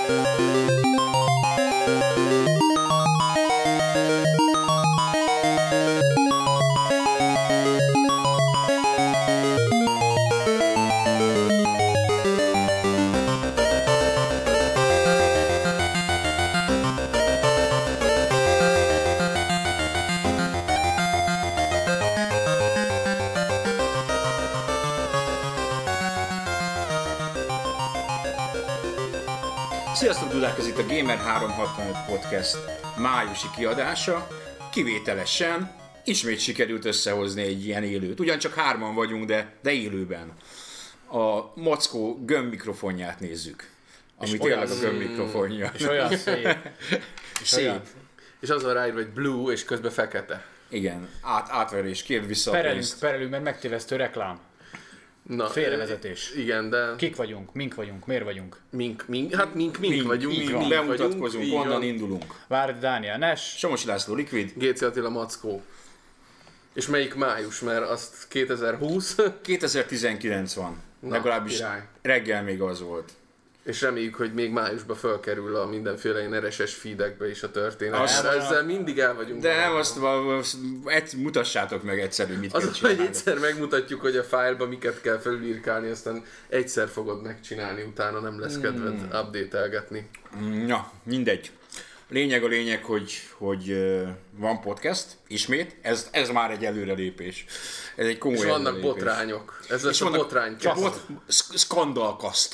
Sziasztok, Dudák! Ez itt a Gamer365 Podcast májusi kiadása. Kivételesen ismét sikerült összehozni egy ilyen élőt. Ugyancsak hárman vagyunk, de élőben. A Mackó gömbmikrofonját nézzük. Ami tényleg a gömbmikrofonja. És olyan szép. Szép. És az van ráírva, hogy blue, és közben fekete. Igen, átverés, kérd vissza a pénzt. Perelünk, mert megtévesztő reklám. Na, félrevezetés. Igen, de... Kik vagyunk? Mink vagyunk? Miért vagyunk? Mink vagyunk. Bemutatkozunk, onnan indulunk. Várdi Dániel Nes. Somosi László Liquid. Géci Attila Mackó. És melyik május, mert azt 2020? 2019 van. Na, legalábbis király. reggel még az volt. És reméljük, hogy még májusban felkerül a mindenféle ilyen RSS feedekbe is a történet. Ezzel mindig el vagyunk. De nem, azt mutassátok meg egyszer, hogy mit kell az, csinálni. hogy egyszer megmutatjuk, hogy a fájlba miket kell felülírkálni, aztán egyszer fogod megcsinálni, utána nem lesz kedved update-elgetni. Ja, mindegy. A lényeg, hogy van podcast, ismét, ez már egy előrelépés. Ez egy komoly és vannak előrelépés. botrányok. Ez lesz a botránykast. Skandalkaszt.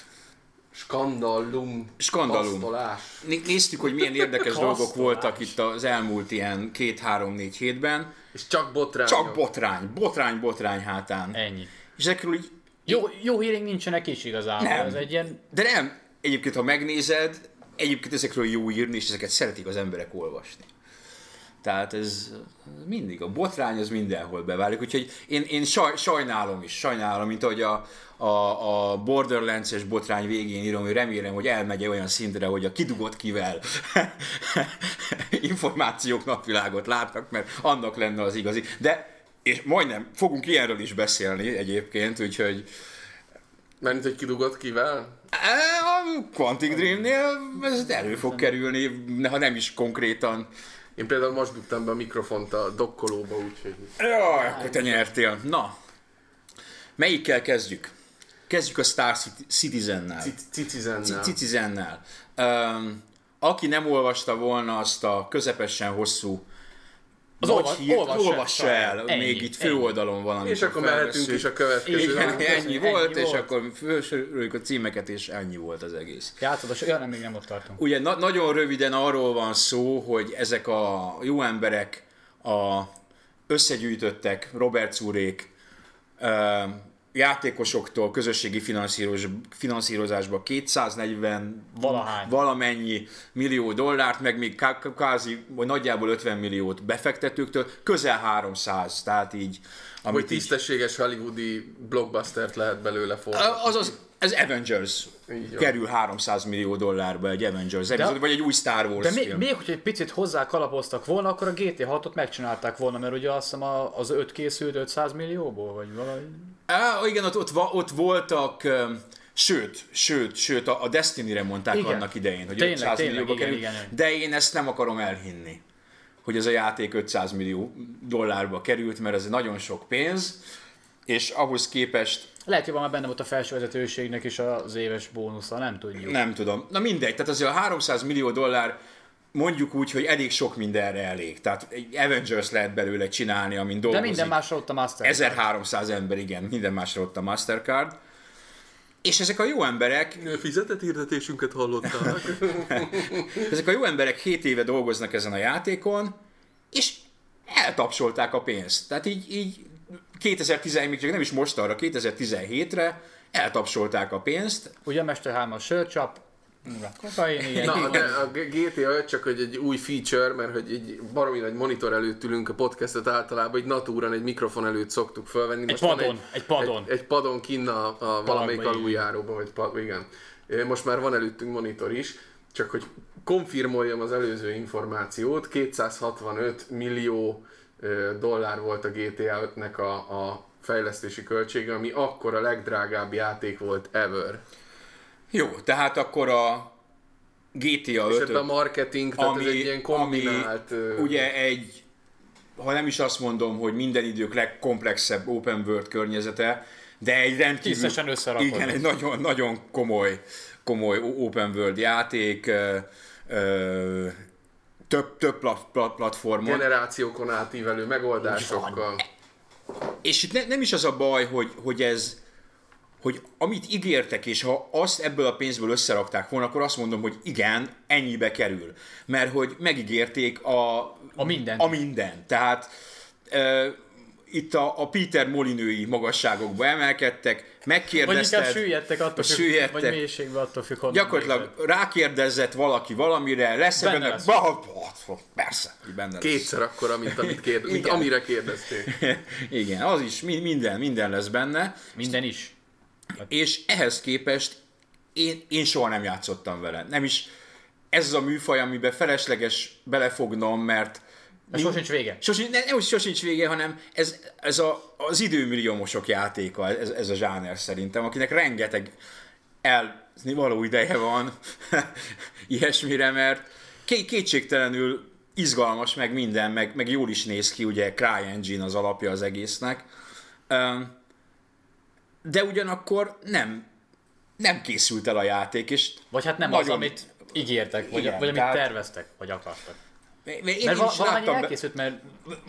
Skandalum. Pasztolás. Néztük, hogy milyen érdekes dolgok voltak itt az elmúlt ilyen 2-3-4 hétben. És csak botrányok. Csak botrány hátán. Ennyi. És ezekről így... Jó hírénk nincsenek is igazából. Nem. Ez egy ilyen... De nem. Egyébként, ha megnézed, ezekről jó írni, és ezeket szeretik az emberek olvasni. Tehát ez mindig, a botrány az mindenhol beválik, úgyhogy én sajnálom, mint ahogy a Borderlands-es botrány végén írom, hogy remélem, hogy elmegy olyan szintre, hogy a kidugott kivel információk napvilágot látnak, mert annak lenne az igazi. De, és majdnem, fogunk ilyenről is beszélni egyébként, úgyhogy... Mert hogy kidugott kivel? A Quantic Dreamnél ez elő fog kerülni, ha nem is konkrétan. Én például most dugtam be a mikrofont a dokkolóba, úgyhogy... Jaj, akkor te nyertél. Na, melyikkel kezdjük? Kezdjük a Star Citizen-nel. Citizennel. Aki nem olvasta volna azt a közepesen hosszú nagy hírt, olvassa el. Még itt főoldalon van. És akkor mehetünk is a következő. Igen, ennyi volt, és akkor fölsoroljuk a címeket, és ennyi volt az egész. Játszod, még nem ott tartunk. Ugye nagyon röviden arról van szó, hogy ezek a jó emberek összegyűjtöttek, Robert Zurék, játékosoktól közösségi finanszírozásba 240 valamennyi millió dollárt, meg még kázi, vagy nagyjából 50 milliót befektetőktől, közel 300, tehát így... Hogy tisztességes hollywoodi blockbustert lehet belőle fordítani. Ez Avengers kerül 300 millió dollárba egy Avengers epizód, vagy egy új Star Wars film. Még hogy egy picit hozzá kalapoztak volna, akkor a GT6-ot megcsinálták volna, mert ugye azt hiszem az 5 készült 500 millióból, vagy valami... Igen, ott voltak, sőt, a Destiny-re mondták igen. Annak idején, hogy tényleg, 500 millióba kerül, igen. De én ezt nem akarom elhinni, hogy ez a játék 500 millió dollárba került, mert ez nagyon sok pénz, és ahhoz képest... Lehet, hogy már benne volt a felsővezetőségnek is az éves bónusza, nem tudjuk. Nem tudom. Na mindegy, tehát azért a 300 millió dollár mondjuk úgy, hogy elég sok mindenre elég. Tehát egy Avengers lehet belőle csinálni, amin dolgozik. De minden másra ott a Mastercard. 1300 ember, igen, minden másra ott a Mastercard. És ezek a jó emberek... Fizetett hirdetésünket hallották. Ezek a jó emberek 7 éve dolgoznak ezen a játékon, és eltapsolták a pénzt. Tehát így 2017, még nem is most arra, 2017-re eltapsolták a pénzt. Ugye Mester 3-as sörcsap, kokain, ilyen. Na, de a GTA 5 csak hogy egy új feature, mert hogy egy baromi nagy monitor előtt ülünk, a podcastet általában egy natúran, egy mikrofon előtt szoktuk felvenni. Egy padon kinn a valamelyik aluljáróban, vagy igen. Most már van előttünk monitor is, csak hogy konfirmoljam az előző információt, 265 millió dollár volt a GTA 5-nek a fejlesztési költsége, ami akkor a legdrágább játék volt ever. Jó, tehát akkor GTA 5. És ebben a marketing, tehát ez egy ilyen kombinált... ugye ha nem is azt mondom, hogy minden idők legkomplexebb open world környezete, de egy rendkívül... Tisztesen összerakod. Igen, egy nagyon, nagyon komoly open world játék, több platformon. Generációkon átívelő megoldásokkal. És itt nem is az a baj, hogy amit ígértek, és ha azt ebből a pénzből összerakták volna, akkor azt mondom, hogy igen, ennyibe kerül. Mert hogy megígérték a mindent. Tehát itt a Peter Molyneux-i magasságokba emelkedtek, megkérdezted... Vagy inkább süllyedtek attól függ, vagy mélységbe attól függ, honnan. Gyakorlatilag rákérdezett valaki valamire, lesz-e benne? Persze, hogy benne lesz. Kétszer akkora, mint amire kérdezték. Igen, az is, minden lesz benne. Minden is. És ehhez képest én soha nem játszottam vele. Nem is ez az a műfaj, amiben felesleges belefognom, mert sosincs vége. Sosincs vége, hanem ez az időmilliómosok játéka, ez a zsáner szerintem, akinek rengeteg való ideje van ilyesmire, mert kétségtelenül izgalmas, meg minden, meg jól is néz ki, ugye CryEngine az alapja az egésznek. De ugyanakkor nem készült el a játék, és vagy hát nem az, amit ígértek, vagy amit terveztek, vagy akartak. Mert valami elkészült, mert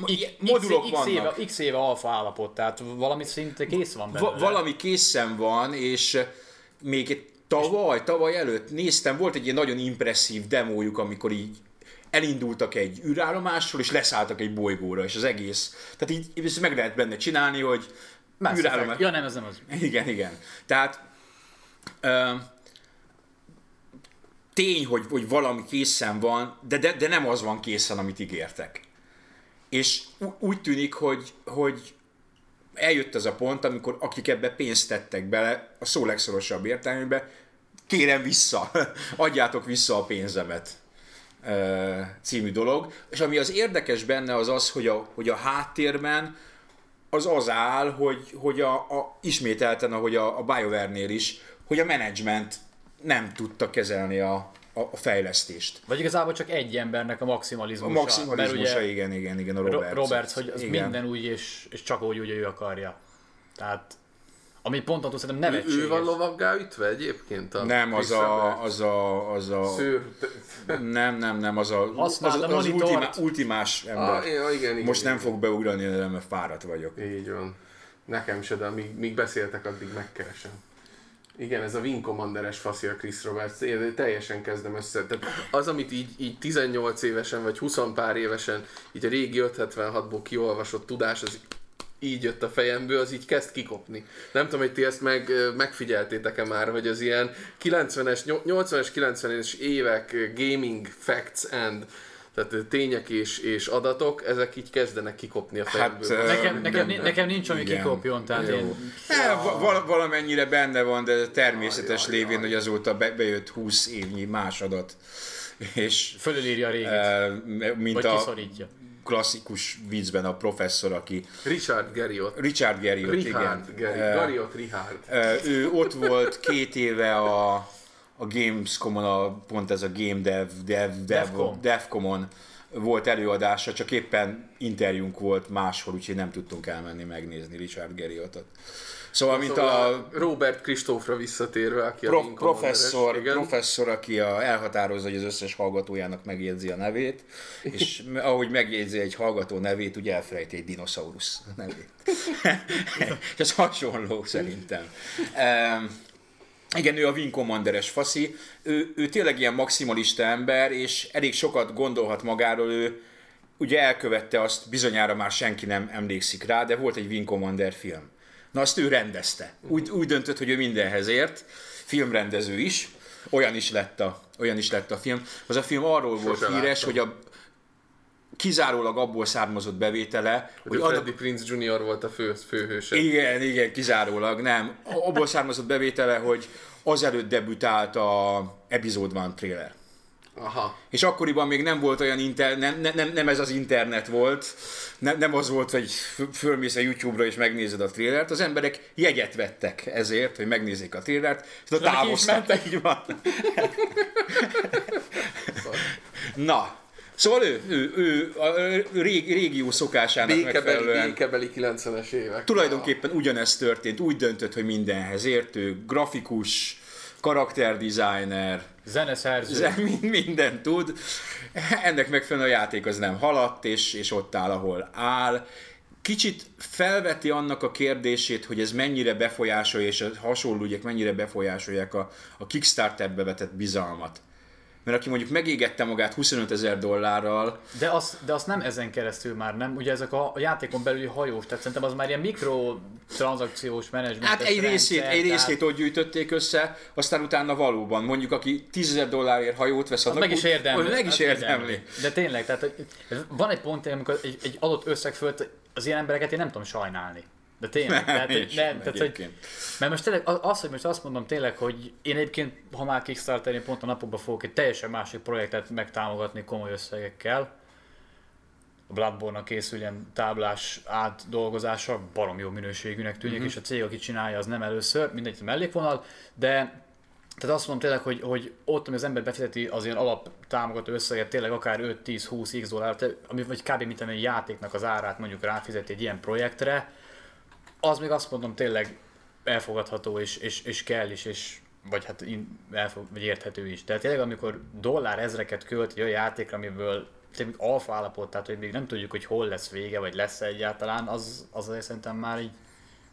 x éve alfa állapot, tehát valami szinte kész van belőle. Valami készen van, és még tavaly előtt néztem, volt egy ilyen nagyon impresszív demójuk, amikor így elindultak egy űrállomásról, és leszálltak egy bolygóra, és az egész, tehát így ezt meg lehet benne csinálni, hogy űrállomás. Ja nem, ez nem az. Igen. Tehát tény, hogy valami készen van, de nem az van készen, amit ígértek. És úgy tűnik, hogy eljött az a pont, amikor akik ebbe pénzt tettek bele, a szó legszorosabb értelmében, kérem vissza, adjátok vissza a pénzemet című dolog. És ami az érdekes benne az, hogy a háttérben az áll, hogy ismételten, ahogy a BioWare-nél is, hogy a menedzsment nem tudta kezelni a fejlesztést. Vagy igazából csak egy embernek a maximalizmusa. A maximalizmusa, igen, a Roberts. Roberts, hogy az minden úgy, és csak úgy, ő akarja. Tehát, ami pontosan szerintem nevetséges. Ő van lovaggá ütve egyébként? Nem, az a... Szőr... Nem, az ultimás ember. Igen, most nem fog beugrani, mert fáradt vagyok. Így van. Nekem se, de míg beszéltek, addig megkeresem. Igen, ez a Wing Commander-es faszi a Chris Roberts, én teljesen kezdem össze. Tehát az, amit így 18 évesen, vagy 20 pár évesen, így a régi 576-ból kiolvasott tudás, az így jött a fejemből, az így kezd kikopni. Nem tudom, hogy ti ezt megfigyeltétek-e már, hogy az ilyen 80-es, 90-es évek gaming facts and tehát tények és adatok, ezek így kezdenek kikopni a fejemből. Hát, nekem nincs, ami kikopjon, tehát én... Valamennyire benne van, de természetes lévén, hogy azóta bejött 20 évnyi más adat. És fölülírja a régit, mint vagy kiszorítja. Klasszikus viccben a professzor, aki... Richard Garriott, igen. Garriott Richard. Ő ott volt 2 éve a Gamescom-on, pont ez a Game Devcom-on volt előadása, csak éppen interjúnk volt máshol, úgyhogy nem tudtunk elmenni megnézni Richard Garriottot. Szóval, mint a Robert Kristófra visszatérve, aki a professzor, aki elhatározza, hogy az összes hallgatójának megjegyzi a nevét, és ahogy megjegyzi egy hallgató nevét, ugye elfelejti egy dinoszaurusz nevét. És ez hasonló szerintem. Igen, ő a Wing Commander-es faszi, ő tényleg ilyen maximalista ember, és elég sokat gondolhat magáról, ő ugye elkövette azt, bizonyára már senki nem emlékszik rá, de volt egy Wing Commander film. Na azt ő rendezte. Úgy döntött, hogy ő mindenhez ért, filmrendező is, olyan is lett a film. Az a film arról volt híres, hogy kizárólag abból származott bevétele, hogy Freddie Prinze Jr. volt a főhőse. Igen, kizárólag, nem. Abból származott bevétele, hogy azelőtt debütált a Episode 1 trailer. Aha. És akkoriban még nem volt olyan nem ez az internet volt, nem az volt, hogy fölmész a YouTube-ra és megnézed a trailert, az emberek jegyet vettek ezért, hogy megnézzék a trailert, és távoztak. Így van. Na, szóval ő a régió szokásának megfelelően... Békebeli 90-es évek. Tulajdonképpen ugyanezt történt, úgy döntött, hogy mindenhez értő, grafikus, karakterdesigner, zeneszerző, mindent tud. Ennek megfelelően a játék az nem haladt, és ott áll, ahol áll. Kicsit felveti annak a kérdését, hogy ez mennyire befolyásolja, és a hasonló ügyek mennyire befolyásolják a Kickstarterbe vetett bizalmat. Mert aki mondjuk megégette magát $25,000... De azt nem ezen keresztül már, nem? Ugye ezek a játékon belüli hajós, tehát szerintem az már ilyen mikrotranszakciós menedzsment. Hát egy részét ott gyűjtötték össze, aztán utána valóban, mondjuk aki $10,000 hajót vesz, annak meg is érdemli. De tényleg, tehát van egy pont, amikor egy adott összeg fölött az ilyen embereket én nem tudom sajnálni. De tényleg, mert most tényleg hogy most azt mondom tényleg, hogy én egyébként, ha már Kickstarter-én pont a napokban fogok egy teljesen másik projektet megtámogatni komoly összegekkel. A Bloodborne-nak készül ilyen táblás átdolgozása, barom jó minőségűnek tűnik, és a cég, aki csinálja, az nem először, mindegy mellékvonal, de tehát azt mondom tényleg, hogy ott, ami az ember befizeti az ilyen alaptámogató összeget, tényleg akár 5-10-20 $, ami vagy kb. Mint egy játéknak az árát mondjuk ráfizeti egy ilyen projektre, az még azt mondom tényleg elfogadható és kell is, és vagy hát vagy érthető is. Tehát tényleg amikor $1000-eket költ egy olyan játékra, amiből tényleg alfa állapot, tehát hogy még nem tudjuk, hogy hol lesz vége, vagy lesz egyáltalán, az azért szerintem már így...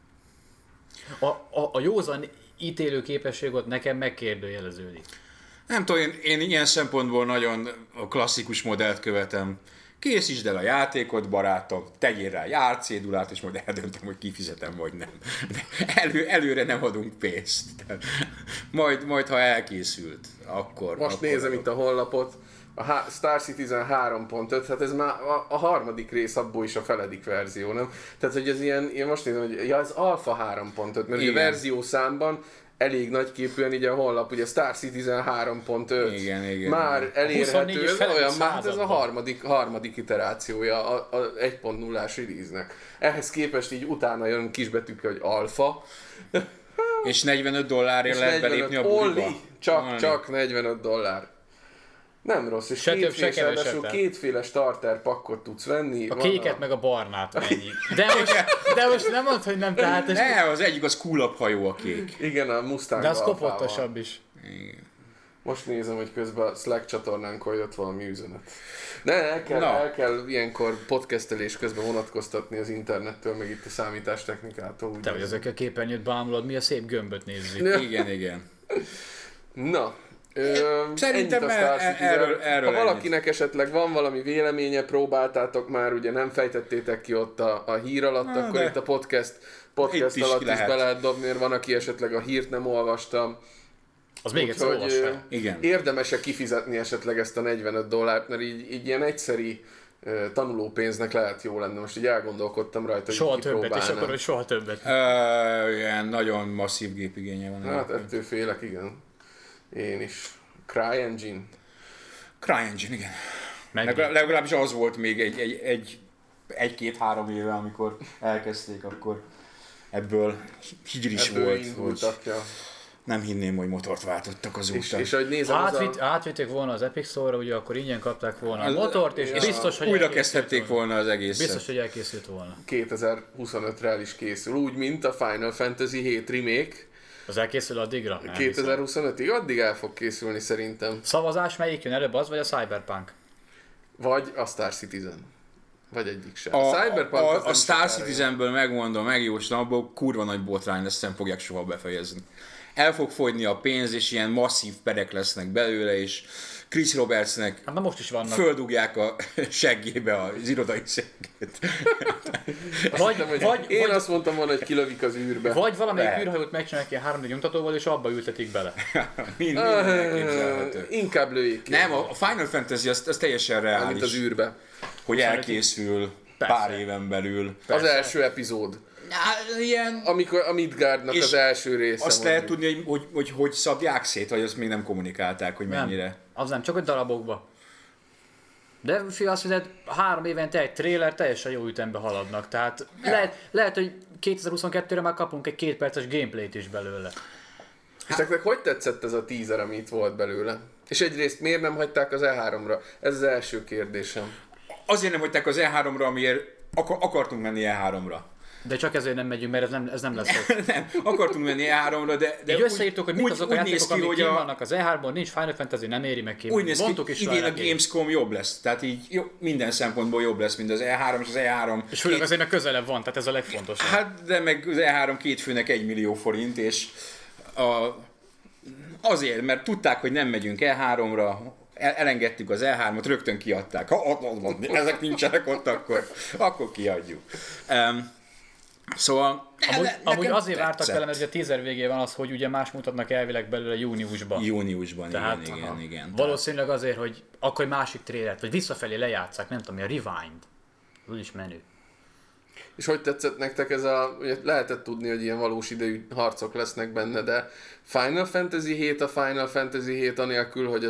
A józan ítélő képesség ott nekem megkérdőjeleződik. Nem tudom, én ilyen szempontból nagyon a klasszikus modellt követem. Készítsd el a játékot, barátom, tegyél rá járcédulát, és majd eldöntöm, hogy kifizetem, vagy nem. De előre nem adunk pénzt. Majd ha elkészült, akkor... Most nézem itt a honlapot, a Star Citizen 3.5, hát ez már a harmadik rész, abból is a feledik verzió, nem? Tehát, hogy ez ilyen, én most nézem, hogy ez alfa 3.5, mert ugye a verziószámban elég nagyképűen így a honlap, ugye Star Citizen 3.5 igen. Már elérhető, ez olyan, már ez a harmadik iterációja a 1.0-ás release-nek. Ehhez képest így utána jön kisbetűkkel, hogy alfa. És $45 lehet belépni a buliba? Csak $45. Nem rossz, és kétféle starter pakkot tudsz venni. A kéket meg a barnát ennyi. De most nem mondd, hogy nem, tehát... Ne, az egyik az cool-up hajó a kék. Igen, a Mustang. De az kopottosabb is. Igen. Most nézem, hogy közben a Slack csatornánkon jött valami üzenet. El kell ilyenkor podcastelés közben vonatkoztatni az internettől, meg itt a számítástechnikától. Te vagy ezekkel a képernyőt bámulod, mi a szép gömböt nézzük. Igen. Na, szerintem erről ha valakinek esetleg van valami véleménye, próbáltátok már, ugye nem fejtettétek ki ott a hír alatt, akkor itt a podcast alatt is be lehet dobni, mert van, aki esetleg a hírt nem olvasta. Az még egyszer olvas fel. Igen. Érdemes-e kifizetni esetleg ezt a $45, mert így ilyen egyszeri tanulópénznek lehet jó lenne. Most így elgondolkodtam rajta, hogy kipróbálnám. És akkor, hogy soha többet. Ilyen nagyon masszív gépigénye van. Hát ettől félek, igen. Én is. CryEngine, igen. Legalábbis az volt még egy-két-három éve, amikor elkezdték, akkor ebből higris volt. Ja. Nem hinném, hogy motort váltottak azóta. És ahogy nézem, átvitték volna az Epic Store-ra, ugye akkor ingyen kapták volna a motort, és biztos, hogy újra kezdhették volna az egészet. Biztos, hogy elkészült volna. 2025-re el is készül, úgy, mint a Final Fantasy 7 remake. Az elkészül addigra? 2025-ig? Addig el fog készülni szerintem. Szavazás melyik jön előbb, az vagy a Cyberpunk? Vagy a Star Citizen. Vagy egyik sem. A Star Citizenből megmondom, megjóslom, abból kurva nagy botrány lesz, nem fogják soha befejezni. El fog fogyni a pénz, és ilyen masszív perek lesznek belőle, és Chris Robertsnek hát most is vannak. Földugják a seggébe az irodai szegget. Én azt mondtam volna, hogy kilövik az űrbe. Vagy valamelyik űrhajót megcsinálják ilyen 3D nyomtatóval, és abba ültetik bele. Minden elképzelhető. Inkább lőjék ki. Nem, a Final Fantasy az teljesen reális. Mint az űrbe. Hogy elkészül pár éven belül. Az első epizód. Ilyen... Amikor a Midgardnak az első része. Azt lehet tudni, hogy szabják szét, vagy azt még nem kommunikálták, hogy mennyire. Nem, az nem, csak egy darabokba. De azt mondod, 3 évente egy trailer teljesen jó ütembe haladnak. Tehát lehet, hogy 2022-re már kapunk egy 2 perces gameplayt is belőle. És nektek hogy tetszett ez a teaser, ami itt volt belőle? És egyrészt miért nem hagyták az E3-ra? Ez az első kérdésem. Azért nem hagyták az E3-ra, amiért akartunk menni E3-ra. De csak ezért nem megyünk, mert ez nem lesz ott. Nem, akartunk menni E3-ra, de így összeírtuk, hogy mik azok a játékok, amik kint vannak az E3-ban, nincs Final Fantasy, nem éri meg ki. Úgy néz ki, idén a Gamescom jobb lesz, tehát így minden szempontból jobb lesz, mint az E3, és az E3... És főleg azért meg közelebb van, tehát ez a legfontosabb. Hát, de meg az E3 két főnek 1 millió forint, és azért, mert tudták, hogy nem megyünk E3-ra, elengedtük az E3-ot, rögtön kiadták. Ha ezek nincsenek ott, akkor kiadjuk. Szóval... Amúgy azért vártak vele, mert ugye a teaser végén van az, hogy ugye más mutatnak elvileg belőle júniusban. Júniusban, tehát, igen. Valószínűleg azért, hogy akkor egy másik trélert, vagy visszafelé lejátszák, nem tudom, a Rewind. Az is menő. És hogy tetszett nektek ez lehetett tudni, hogy ilyen valós idejű harcok lesznek benne, de Final Fantasy 7 a Final Fantasy 7 anélkül, hogy ez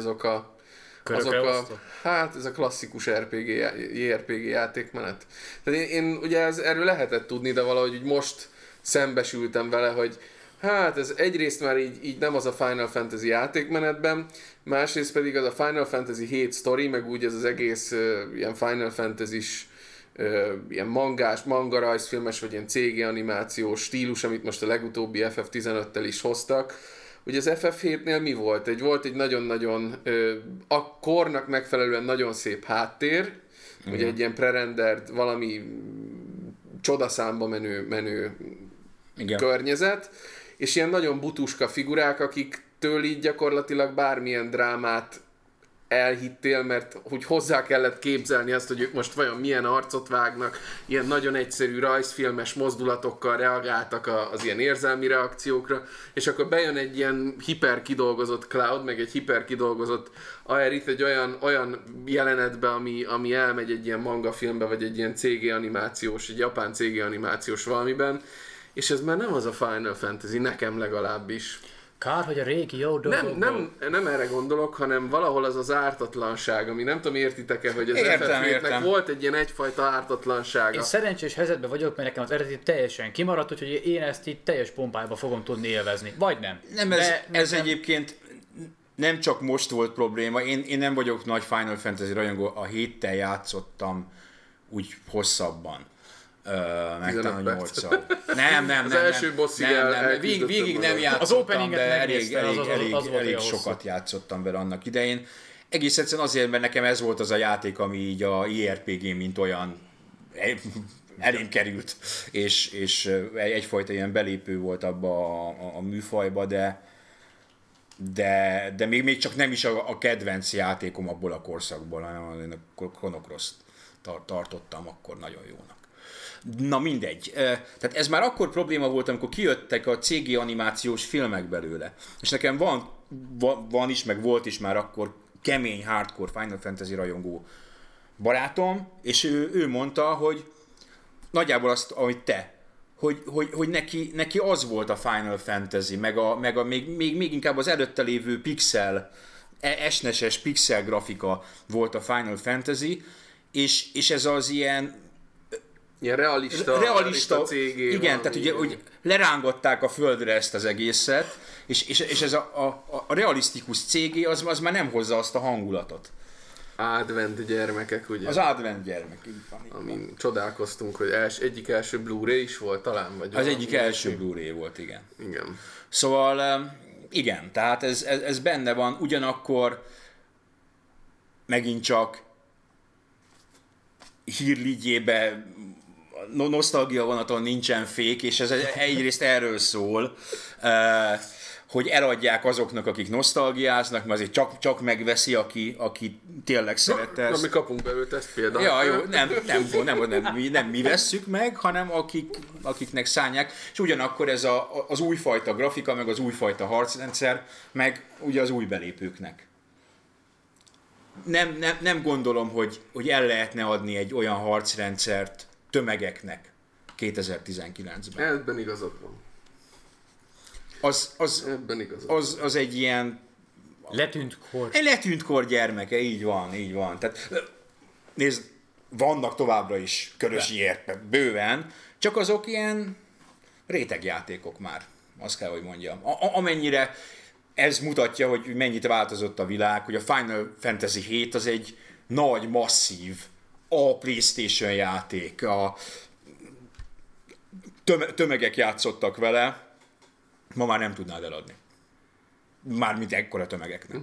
a klasszikus JRPG játékmenet. Tehát én ugye erről lehetett tudni, de valahogy úgy most szembesültem vele, hogy hát ez egyrészt már így nem az a Final Fantasy játékmenetben, másrészt pedig az a Final Fantasy 7 sztori, meg úgy ez az egész ilyen Final Fantasy-s ilyen manga rajzfilmes, vagy ilyen CG animációs stílus, amit most a legutóbbi FF15-tel is hoztak. Ugye az FF7-nél mi volt? Volt egy nagyon-nagyon a kornak megfelelően nagyon szép háttér, ugye egy ilyen prerendert, valami csodaszámba menő környezet, és ilyen nagyon butuska figurák, akiktől így gyakorlatilag bármilyen drámát elhittél, mert hogy hozzá kellett képzelni azt, hogy ők most vajon milyen arcot vágnak, ilyen nagyon egyszerű rajzfilmes mozdulatokkal reagáltak az ilyen érzelmi reakciókra, és akkor bejön egy ilyen hiperkidolgozott Cloud, meg egy hiperkidolgozott Aerith egy olyan jelenetbe, ami elmegy egy ilyen manga filmbe, vagy egy ilyen CG animációs, egy japán CG animációs valamiben, és ez már nem az a Final Fantasy, nekem legalábbis. Kár, hogy a régi jó dolgok. Nem erre gondolok, hanem valahol az ártatlanság, ami nem tudom, értitek-e, hogy az FF7-nek volt egy ilyen egyfajta ártatlansága. Én szerencsés helyzetben vagyok, mert nekem az eredeti teljesen kimaradt, úgyhogy én ezt így teljes pompába fogom tudni élvezni. Vagy nem. Nem, ez egyébként nem csak most volt probléma. Én nem vagyok nagy Final Fantasy rajongó, a 7-tel játszottam úgy hosszabban. Meg talán 8-szor. Nem. Az első bosszig végig nem játszottam, de elég sokat játszottam vele annak idején. Egész egyszerűen azért, mert nekem ez volt az a játék, ami így a JRPG mint olyan elém került, és egyfajta ilyen belépő volt abba a műfajba, de még csak nem is a kedvenc játékom abból a korszakból, hanem én a Chrono Cross-t tartottam akkor nagyon jónak. Na mindegy. Tehát ez már akkor probléma volt, amikor kijöttek a CG animációs filmek belőle. És nekem van is, meg volt is már akkor kemény, hardcore Final Fantasy rajongó barátom, és ő mondta, hogy nagyjából azt, amit te, hogy neki az volt a Final Fantasy, meg még inkább az előtte lévő pixel, SNES-es pixel grafika volt a Final Fantasy, és ez az ilyen realista CG. Igen, tehát ugye hogy lerángatták a földre ezt az egészet, és ez a realisztikus CG az már nem hozza azt a hangulatot. Advent gyermekek, ugye? Az Advent gyermek, így van. Amin csodálkoztunk, hogy egyik első Blu-ray is volt talán, vagy az egyik első Blu-ray volt, igen. Igen. Szóval igen, tehát ez benne van, ugyanakkor megint csak hírligyébe nosztalgia vonaton nincsen fék, és ez egyrészt erről szól, hogy eladják azoknak, akik nosztalgiáznak, mert azért csak megveszi, aki tényleg szerette ezt. Mi kapunk belőle ezt például. Ja, jó, nem mi vesszük meg, hanem akiknek szánják, és ugyanakkor ez az újfajta grafika, meg az újfajta harcrendszer, meg ugye az új belépőknek. Nem gondolom, hogy el lehetne adni egy olyan harcrendszert tömegeknek 2019-ben. Ebben igazad van. Az egy ilyen... Letűnt kor. Egy letűnt kor gyermeke, így van. Tehát nézd, vannak továbbra is körös bőven, csak azok ilyen rétegjátékok már. Azt kell, hogy mondjam. Amennyire ez mutatja, hogy mennyit változott a világ, hogy a Final Fantasy 7 az egy nagy, masszív a PlayStation játék. Tömegek játszottak vele, ma már nem tudnád eladni. Mármint ekkora tömegeknek.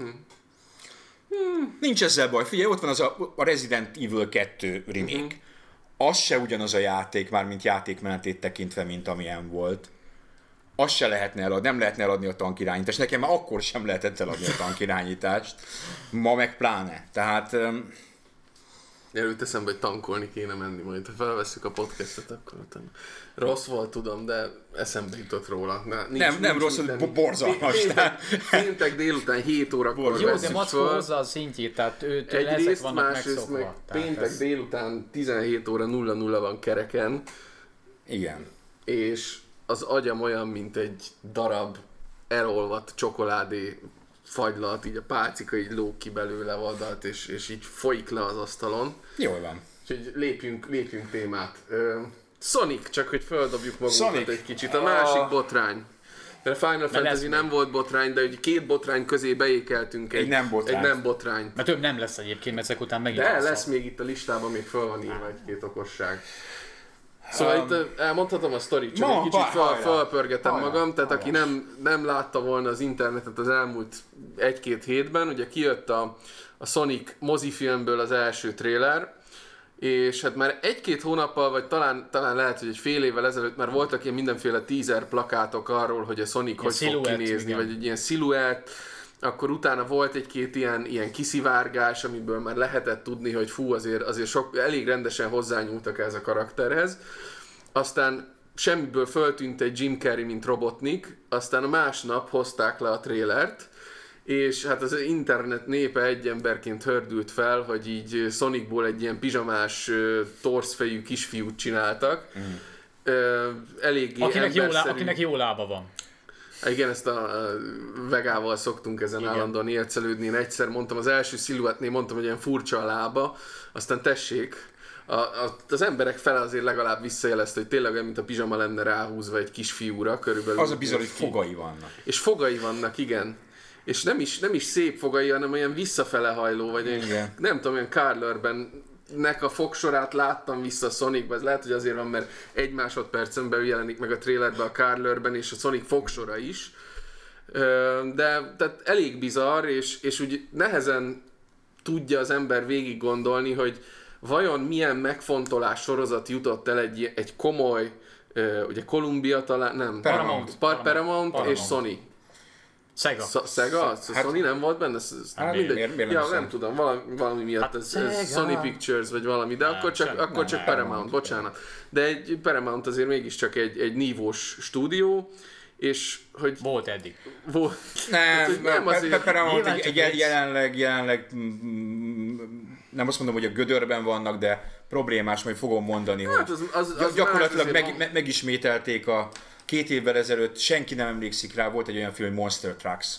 Nincs ezzel baj. Figyelj, ott van az a Resident Evil 2 remake. Az se ugyanaz a játék, mármint játékmenetét tekintve, mint amilyen volt. Azt se lehetne eladni, nem lehetne eladni a tankirányítást. Nekem már akkor sem lehetett eladni a tankirányítást. Ma meg pláne. Tehát... Előtt eszembe, hogy tankolni kéne menni majd. Ha felvesszük a podcastet, akkor utána. Rossz volt, tudom, de eszembe jutott róla. Nem rossz, borzalmas. Péntek délután 7 órakor jó, de Mackó hozza a szintjét, tehát őtől ezek vannak megszokva. Péntek délután 17 óra 00 van kereken. Igen. És az agyam olyan, mint egy darab elolvadt csokoládé fagylalt, így a pálcika így lóg ki belőle vadalt, és így folyik le az asztalon. Jól van. Úgyhogy lépjünk témát. Sonic, csak hogy földobjuk magunkat egy kicsit. A másik botrány. Mert a Final Fantasy nem volt botrány, de ugye két botrány közé beékeltünk egy nem botrány. Mert több nem lesz egyébként, mert ezek után megint de lesz még itt a listában, még föl van írva egy-két okosság. Szóval itt elmondhatom a sztorit, csak egy kicsit felpörgetem magam, tehát aki nem látta volna az internetet az elmúlt 1-2 hétben, ugye kijött a Sonic mozifilmből az első trailer, és hát már 1-2 hónappal, vagy talán lehet, hogy egy fél évvel ezelőtt már voltak ilyen mindenféle teaser plakátok arról, hogy a Sonic hogy fog kinézni, vagy egy ilyen sziluett, akkor utána volt egy-két ilyen kiszivárgás, amiből már lehetett tudni, hogy fú, azért elég rendesen hozzányúltak ez a karakterhez. Aztán semmiből föltűnt egy Jim Carrey, mint Robotnik, aztán a másnap hozták le a trélert, és hát az internet népe egy emberként hördült fel, hogy így Sonicból egy ilyen pizsamás, torszfejű kisfiút csináltak. Eléggé akinek jó lába van. Igen, ezt a vegával szoktunk ezen állandóan ércelődni. Én egyszer mondtam, az első sziluettnél mondtam, hogy ilyen furcsa a lába, aztán tessék, az emberek fele azért legalább visszajelezte, hogy tényleg olyan, mint a pizsama lenne ráhúzva egy kisfiúra körülbelül. Az a bizony, hogy fogai vannak. És fogai vannak, igen. És nem is szép fogai, hanem olyan visszafele hajló, vagy nem tudom, olyan Carl Urban nek a fogsorát láttam vissza a Sonicba, ez lehet, hogy azért van, mert 1 másodpercen belül jelenik meg a trailerben a Carl Urban és a Sonic fogsora is. De tehát elég bizarr, és úgy nehezen tudja az ember végig gondolni, hogy vajon milyen megfontolás sorozat jutott el egy komoly, ugye Columbia talán, nem, Paramount és Sony. Sega? Sony nem volt benne? Miért nem tudom, valami miatt ez Sony Pictures vagy valami, de akkor csak Paramount, bocsánat. De egy Paramount azért mégiscsak egy nívós stúdió, és hogy... Volt eddig. Nem azért... Paramount jelenleg nem azt mondom, hogy a gödörben vannak, de problémás, majd fogom mondani, hát hogy gyakorlatilag megismételték a 2 évvel ezelőtt, senki nem emlékszik rá, volt egy olyan film, Monster Trucks.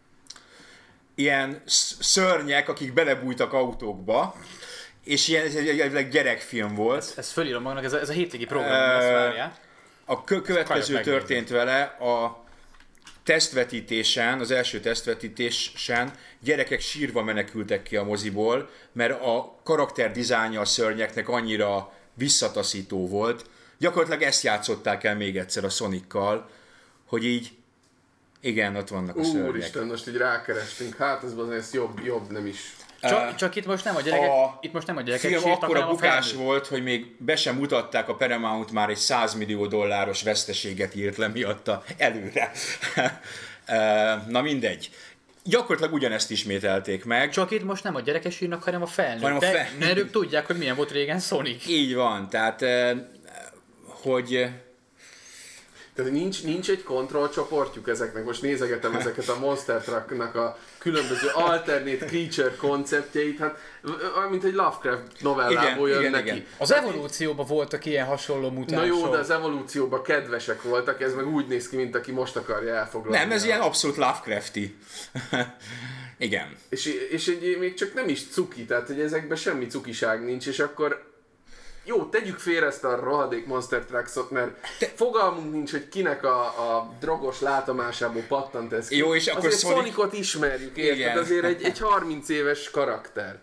Ilyen szörnyek, akik belebújtak autókba, és ilyen gyerekfilm volt. Ez fölírom magamnak, ez a hétvégi program, ezt várjál. A következő történt vele, a tesztvetítésen, az első tesztvetítésen gyerekek sírva menekültek ki a moziból, mert a karakterdizájnja a szörnyeknek annyira visszataszító volt. Gyakorlatilag ezt játszották el még egyszer a Sonic-kal, hogy így, igen, ott vannak a szörnyek. Úristen, most így rákerestünk, hát ez jobb nem is. Csak itt most nem a gyerekek, film akkora bukás volt, hogy még be sem mutatták, a Paramount már egy $100 millió veszteséget írt le miatta előre. Na mindegy. Gyakorlatilag ugyanezt ismételték meg. Csak itt most nem a gyerekek sírnak, hanem a felnőttek. Mert ők tudják, hogy milyen volt régen Sonic. Így van, tehát hogy... Tehát nincs egy kontrollcsoportjuk ezeknek, most nézegetem ezeket a Monster Truck-nak a különböző alternate creature konceptjeit, hát mint egy Lovecraft novellából jön neki. Igen. Az evolúcióban voltak ilyen hasonló mutánsok. Na jó, de az evolúcióban kedvesek voltak, ez meg úgy néz ki, mint aki most akarja elfoglalni. Nem, ez ilyen abszolút Lovecrafti. Igen. És még csak nem is cuki, tehát hogy ezekben semmi cukiság nincs, és akkor jó, tegyük félre ezt a rohadék Monster Trucks-ot, mert fogalmunk nincs, hogy kinek a drogos látomásából pattant ez ki. Jó, és akkor azért Sonicot ismerjük, érted? Azért egy 30 éves karakter.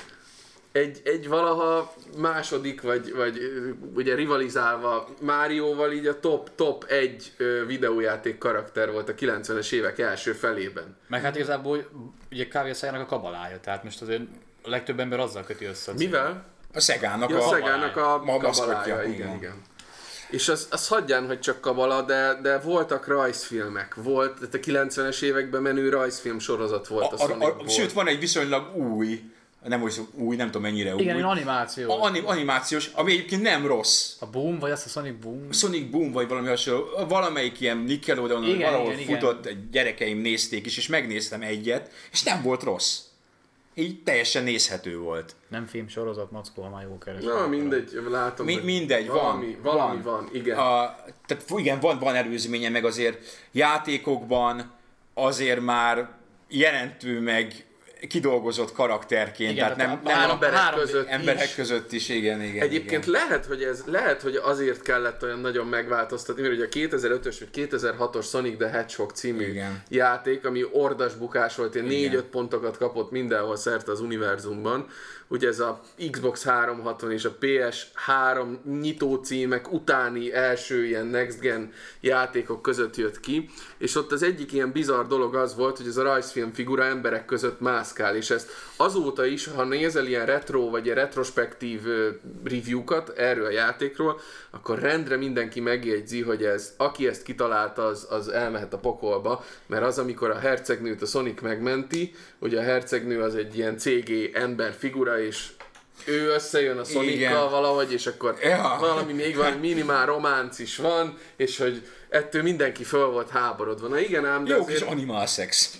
Egy valaha második, vagy ugye rivalizálva Márióval így a top 1 videójáték karakter volt a 90-es évek első felében. Meg hát igazából ugye Kávé Szegának a kabalája, tehát most azért a legtöbb ember azzal köti össze. Mivel? A Szegának a kabalája, igen. És az hagyján, hogy csak kabala, de voltak rajzfilmek, tehát a 90-es években menő rajzfilm sorozat volt a Sonicból. Sőt, van egy viszonylag új, nem tudom mennyire új. Igen, animációs. Animációs, ami egyébként nem rossz. A Boom, vagy az a Sonic Boom? Sonic Boom, vagy valami hasonló. Valamelyik ilyen Nickelodeon, valahol futott, gyerekeim nézték is, és megnéztem egyet, és nem volt rossz. Így teljesen nézhető volt. Nem film sorozat, mackó, ha már jól keresem. Na mindegy, látom. Mindegy, valami van, igen. Tehát igen, van előzménye, meg azért játékokban azért már jelentő meg kidolgozott karakterként, igen, tehát nem emberek között is, igen. Egyébként igen. Lehet, hogy azért kellett olyan nagyon megváltoztatni, mert ugye a 2005-ös vagy 2006-os Sonic the Hedgehog című játék, ami ordas bukás volt, 4-5 pontokat kapott mindenhol szerte az univerzumban. Ugye ez a Xbox 360 és a PS3 nyitó címek utáni első ilyen next gen játékok között jött ki, és ott az egyik ilyen bizarr dolog az volt, hogy ez a rajzfilm figura emberek között mászkál, és ezt azóta is, ha nézel ilyen retro vagy ilyen retrospektív review-kat erről a játékról, akkor rendre mindenki megjegyzi, hogy aki ezt kitalálta, az elmehet a pokolba, mert az, amikor a hercegnőt a Sonic megmenti, ugye a hercegnő az egy ilyen CG ember figura, és ő összejön a Sonic-kal valahogy, és akkor még valami minimál románc is van, és hogy ettől mindenki föl volt háborodva. Na igen ám, de jó kis animal szex.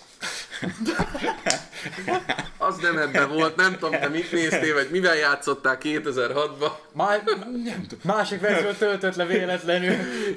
Az nem ebben volt, nem tudom, te mit néztél, vagy mivel játszottál 2006-ban. Nem tudom. Másik verziót töltött le véletlenül.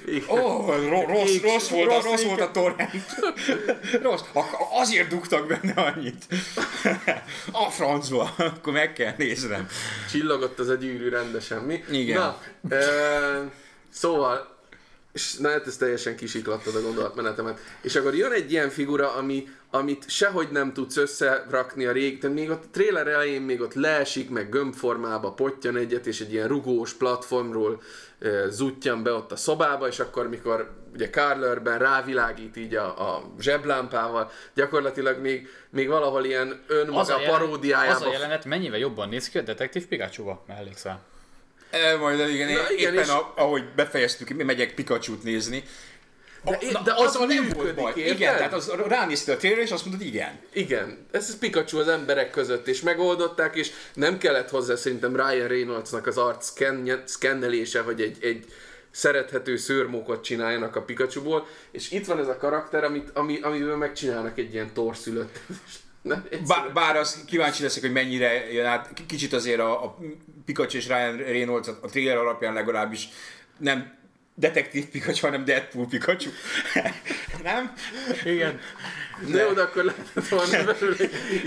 Rossz volt a torrent. Rossz. Azért dugtak benne annyit. A francba. Akkor meg kell néznem. Csillogott az a gyűrű rendesen, mi? Igen. Na, szóval, és hát ez teljesen kisiklattad a gondolatmenetemet. És akkor jön egy ilyen figura, amit sehogy nem tudsz összerakni a rég, tehát még a trailer elején még ott leesik, meg gömbformába pottyan egyet, és egy ilyen rugós platformról zuttyan be ott a szobába, és akkor mikor ugye Carl Urban rávilágít így a zseblámpával, gyakorlatilag még valahol ilyen önmaga paródiájában. Az a jelenet mennyivel jobban néz ki a Detektív Pikachu-ba, mellékszel. Majd igen, éppen ahogy befejeztük, megyek Pikachut nézni. De az nem volt baj. Igen, tehát ránéztél a trailer, és azt mondod, igen. Igen, ez Pikachu az emberek között, és megoldották, és nem kellett hozzá szerintem Ryan Reynoldsnak az arc szkennelése, hogy egy szerethető szőrmókot csináljanak a Pikachuból, és itt van ez a karakter, amiből megcsinálnak egy ilyen torszülött. Bár az kíváncsi leszek, hogy mennyire jön át. Kicsit azért a Pikachu és Ryan Reynolds a trailer alapján legalábbis nem Detektív Pikachu, hanem Deadpool Pikachu. Nem? Igen. De jó, de akkor lehetett volna belőle.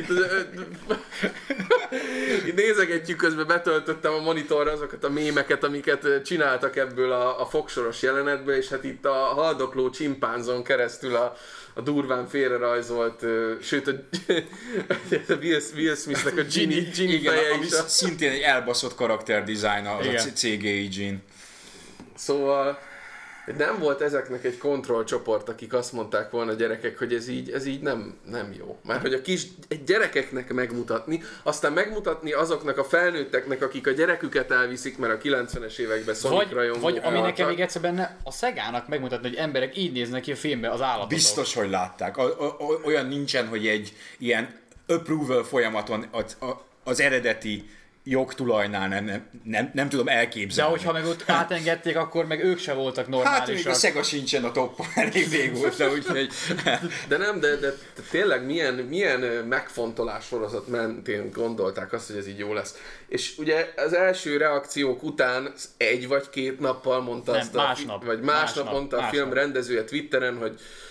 Itt nézegetjük, közben betöltöttem a monitorra azokat a mémeket, amiket csináltak ebből a fogsoros jelenetből, és hát itt a haldokló csimpánzon keresztül a durván félrerajzolt, sőt a Will Smithnek a Ginny feje ami is. Szintén egy elbaszott karakterdesign az a CGI Gene. Szóval nem volt ezeknek egy kontrollcsoport, akik azt mondták volna a gyerekek, hogy ez így nem jó. Már hogy egy gyerekeknek megmutatni, aztán megmutatni azoknak a felnőtteknek, akik a gyereküket elviszik, mert a 90-es években Sonic rajongók vagy ami nekem még egyszer benne, a Szegának megmutatni, hogy emberek így néznek ki a filmben az állatok. Biztos, hogy látták. Olyan nincsen, hogy egy ilyen approval folyamaton az eredeti jogtulajnál nem tudom elképzelni. De hogyha meg ott átengedték, akkor meg ők se voltak normálisak. Hát még a Sega sincsen a toppon elég régóta, úgyhogy... De tényleg milyen megfontolás sorozat mentén gondolták azt, hogy ez így jó lesz. És ugye az első reakciók után 1 vagy 2 nappal mondta másnap mondta a film rendezője Twitteren, hogy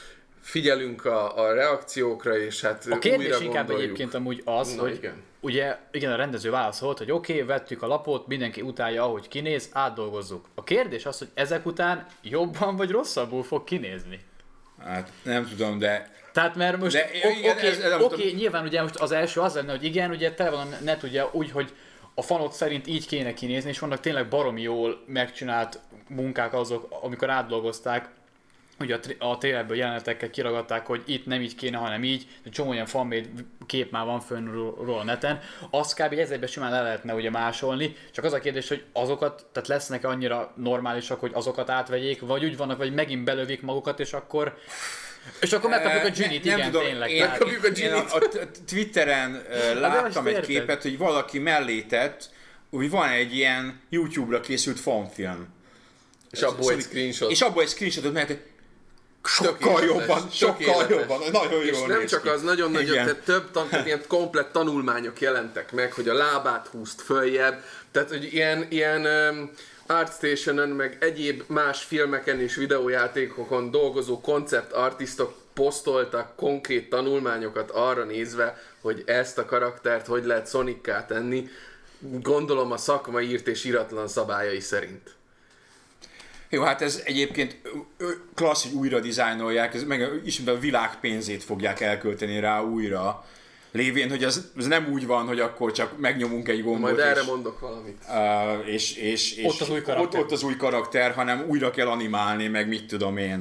figyelünk a reakciókra, és hát a kérdés inkább egyébként amúgy az, hogy igen. Ugye igen, a rendező válaszolt, hogy oké, vettük a lapot, mindenki utálja, ahogy kinéz, átdolgozzuk. A kérdés az, hogy ezek után jobban vagy rosszabbul fog kinézni. Hát nem tudom, de... Tehát mert most oké, nyilván ugye most az első az lenne, hogy igen, ugye tele van a net ugye úgy, hogy a fanok szerint így kéne kinézni, és vannak tényleg baromi jól megcsinált munkák azok, amikor átdolgozták, ugye a trailerből jelenetekkel kiragadták, hogy itt nem így kéne, hanem így, de csomó olyan fanmade kép már van fönn róla a neten, azt kb. Egy egyben simán le lehetne ugye másolni, csak az a kérdés, hogy azokat, tehát lesznek annyira normálisak, hogy azokat átvegyék, vagy úgy vannak, vagy megint belövik magukat, és akkor megkapjuk a Ginnyt, igen, tudom, tényleg. Én a Twitteren láttam egy képet, hogy valaki mellé tett, hogy van egy ilyen YouTube-ra készült fanfilm. És abból egy screenshot. És abból egy screenshotot mehet, sokkal jobban, nagyon és jól nem csak az, nagyon nagy, tehát tehát ilyen komplett tanulmányok jelentek meg, hogy a lábát húzt följebb, tehát hogy ilyen ArtStation-en, meg egyéb más filmeken és videójátékokon dolgozó konceptartistok posztoltak konkrét tanulmányokat arra nézve, hogy ezt a karaktert hogy lehet Sonická tenni, gondolom a szakma írt és íratlan szabályai szerint. Jó, hát ez egyébként klassz, hogy újra dizájnolják, ez meg ismét a világ pénzét fogják elkölteni rá újra. Lévén, hogy ez nem úgy van, hogy akkor csak megnyomunk egy gombot. Majd erre mondok valamit. És ott az új karakter, hanem újra kell animálni, meg mit tudom én.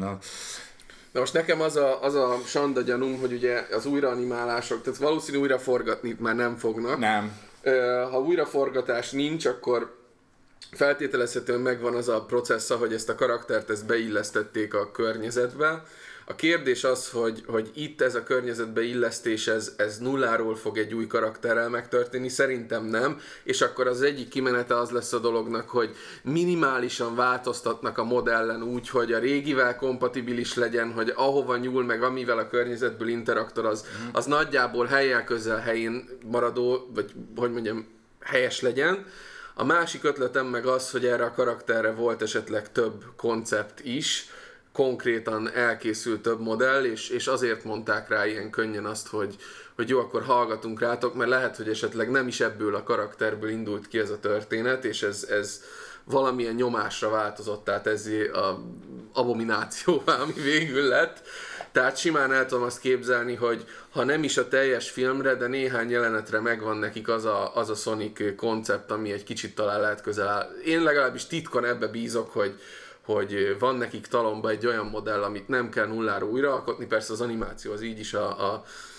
Na most nekem az a sanda gyanúm, hogy ugye az újraanimálások, tehát valószínű újra forgatni már nem fognak. Nem. Ha újraforgatás nincs, akkor feltételezhetően megvan az a processza, hogy ezt a karaktert beillesztették a környezetbe. A kérdés az, hogy itt ez a környezetbe illesztés, ez nulláról fog egy új karakterrel megtörténni, szerintem nem, és akkor az egyik kimenete az lesz a dolognak, hogy minimálisan változtatnak a modellen úgy, hogy a régivel kompatibilis legyen, hogy ahova nyúl, meg amivel a környezetből interaktol, az nagyjából helyjel közel helyén maradó, vagy hogy mondjam, helyes legyen. A másik ötletem meg az, hogy erre a karakterre volt esetleg több koncept is, konkrétan elkészült több modell, és azért mondták rá ilyen könnyen azt, hogy jó, akkor hallgatunk rátok, mert lehet, hogy esetleg nem is ebből a karakterből indult ki ez a történet, és ez valamilyen nyomásra változott, tehát ez a abominációvá, ami végül lett. Tehát simán el tudom azt képzelni, hogy ha nem is a teljes filmre, de néhány jelenetre megvan nekik az a Sonic koncept, ami egy kicsit talán lehet közel áll. Én legalábbis titkon ebbe bízok, hogy van nekik talomba egy olyan modell, amit nem kell nulláról újraalkotni, persze az animáció az így is a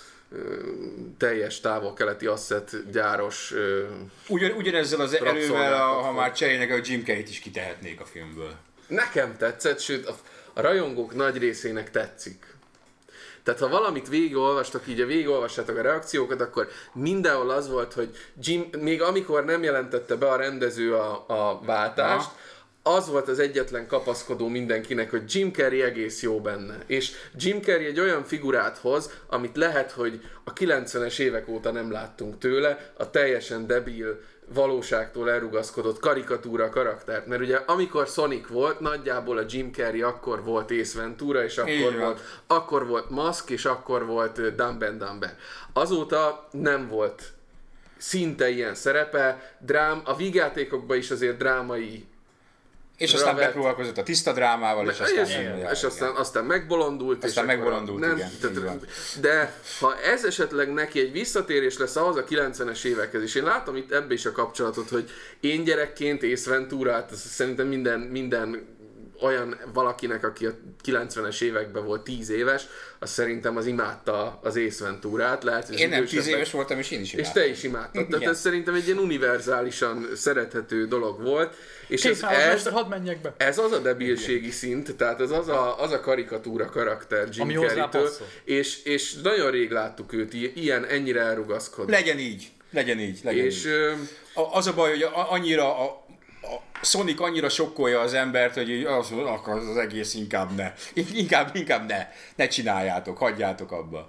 teljes távol-keleti asset gyáros ugyanezzel az erővel, ha már cserélnek, a Jim Carreyt is kitehetnék a filmből. Nekem tetszett, sőt a rajongók nagy részének tetszik. Tehát ha valamit végigolvastok, így végigolvassátok a reakciókat, akkor mindenhol az volt, hogy Jim, még amikor nem jelentette be a rendező a váltást, az volt az egyetlen kapaszkodó mindenkinek, hogy Jim Carrey egész jó benne. És Jim Carrey egy olyan figurát hoz, amit lehet, hogy a 90-es évek óta nem láttunk tőle, a teljesen debil, valóságtól elrugaszkodott karikatúra karaktert. Mert ugye amikor Sonic volt, nagyjából a Jim Carrey akkor volt Ace Ventura, és akkor volt Mask, és akkor volt Dumb and Dumber. Azóta nem volt szinte ilyen szerepe, a vígjátékokban is azért drámai. És aztán megpróbálkozott a tiszta drámával, és aztán megbolondult. Aztán megbolondult, igen. De ha ez esetleg neki egy visszatérés lesz ahhoz a 90-es évekhez, és én látom itt ebbe is a kapcsolatot, hogy én gyerekként Ace Venturát, szerintem minden olyan valakinek, aki a 90-es években volt 10 éves, az szerintem az imádta az Ace Venturát. Lehet, én nem 10 éves voltam, és én is imádtam. És te is imádtad. Tehát ez szerintem egy ilyen univerzálisan szerethető dolog volt. És ez az a debilségi szint, tehát ez az a karikatúra karakter Jim Carrey-től, és nagyon rég láttuk őt ennyire elrugaszkodni. Legyen így. Az a baj, hogy annyira a Sonic annyira sokkolja az embert, hogy az egész inkább ne. Inkább ne csináljátok, hagyjátok abba.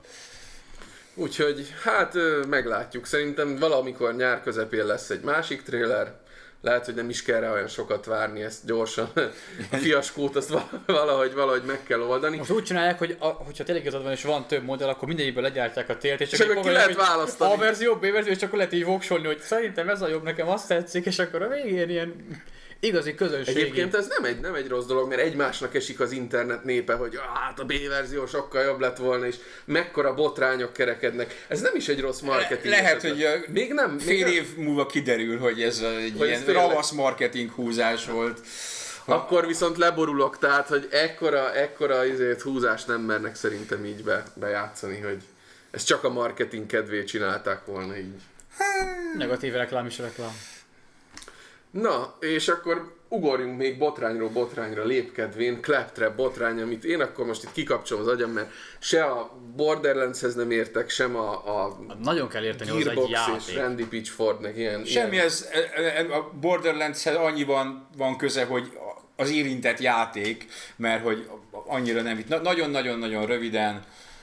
Úgyhogy hát meglátjuk. Szerintem valamikor nyár közepén lesz egy másik trailer, lehet, hogy nem is kell rá olyan sokat várni, ezt gyorsan, a fiaskót azt valahogy meg kell oldani. Most úgy csinálják, hogy hogyha tényleg igazad van és van több modell, akkor mindegyikből legyártják a télt, és akkor ki lehet választani. A verzió, B verzió, és akkor lehet így voksolni, hogy szerintem ez a jobb, nekem azt tetszik, és akkor a végén ilyen igazi közönségi. Egyébként ez nem egy rossz dolog, mert egymásnak esik az internet népe, hogy hát a B-verzió sokkal jobb lett volna, és mekkora botrányok kerekednek. Ez nem is egy rossz marketing. Lehet, hogy még nem, fél év múlva kiderül, hogy ez egy ilyen ravasz marketing húzás volt. Akkor viszont leborulok, tehát, hogy ekkora húzást nem mernek szerintem így bejátszani, hogy ezt csak a marketing kedvéért csinálták volna így. Negatív reklám is reklám. Na, és akkor ugorjunk még botrányról botrányra lépkedvén, Claptrap botrány, amit én akkor most itt kikapcsolom az agyam, mert se a Borderlandshez nem értek, sem a nagyon kell érteni hozzá egy játék. És Randy Pitchfordnek ilyen... Semmi, ez a Borderlandshez annyiban van köze, hogy az érintett játék, mert hogy annyira nem itt. Nagyon-nagyon-nagyon röviden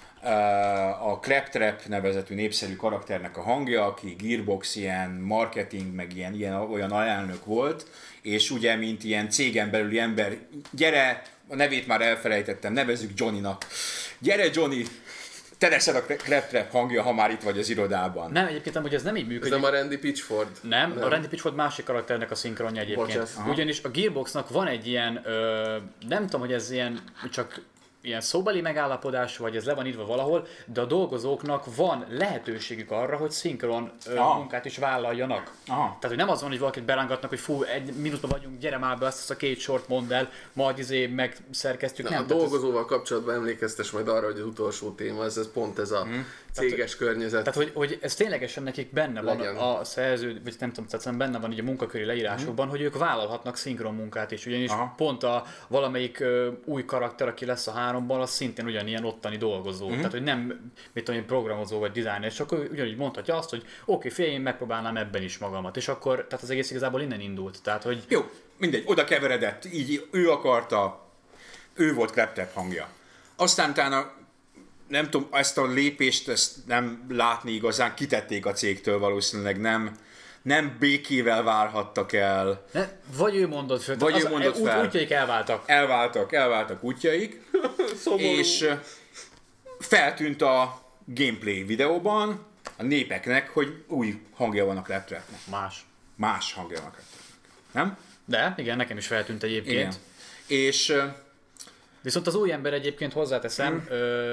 a Claptrap nevezetű népszerű karakternek a hangja, aki Gearbox ilyen marketing, meg olyan alelnök volt, és ugye, mint ilyen cégen belüli ember, gyere, a nevét már elfelejtettem, nevezzük Johnnynak. Gyere Johnny, te leszel a Claptrap hangja, ha már itt vagy az irodában. Nem, egyébként amúgy ez nem így működik. Ez nem a Randy Pitchford? Nem, a Randy Pitchford másik karakternek a szinkronja egyébként. Ugyanis a Gearboxnak van egy ilyen, nem tudom, hogy ez ilyen csak ilyen szóbeli megállapodás, vagy ez le van írva valahol, de a dolgozóknak van lehetőségük arra, hogy szinkron munkát is vállaljanak. Aha. Tehát, hogy nem az van, hogy valakit berángatnak, hogy fú, egy mínuszban vagyunk, gyere már be, azt a két sort mondd el, majd megszerkesztjük. Nem, a dolgozóval kapcsolatban emlékeztes majd arra, hogy az utolsó téma, ez pont ez a céges környezet. Tehát, hogy ez ténylegesen nekik benne legyen. Van a szerző, vagy nem tudom, tehát benne van így a munkaköri leírásokban, hogy ők vállalhatnak szinkron munkát is, ugyanis pont valamelyik új karakter, aki lesz a 3-ban, az szintén ugyanilyen ottani dolgozó. Tehát, hogy nem, mit tudom, programozó vagy designer, és akkor ugyanígy mondhatja azt, hogy oké, fél, én megpróbálnám ebben is magamat. És akkor, tehát az egész igazából innen indult. Tehát, hogy... Jó, mindegy, oda keveredett, így ő akarta, ő volt Claptrap hangja. Aztán utána, nem tudom, ezt a lépést ezt nem látni igazán, kitették a cégtől valószínűleg, nem békével várhattak el. Vagy ő mondott fel. Vagy ő mondott fel. Útjaik elváltak. Elváltak útjaik. És feltűnt a gameplay videóban a népeknek, hogy új hangja van a Claptrapnek. Más hangja van a Claptrapnek. Nem? De, igen, nekem is feltűnt egyébként. Igen. És... viszont az új ember egyébként hozzáteszem,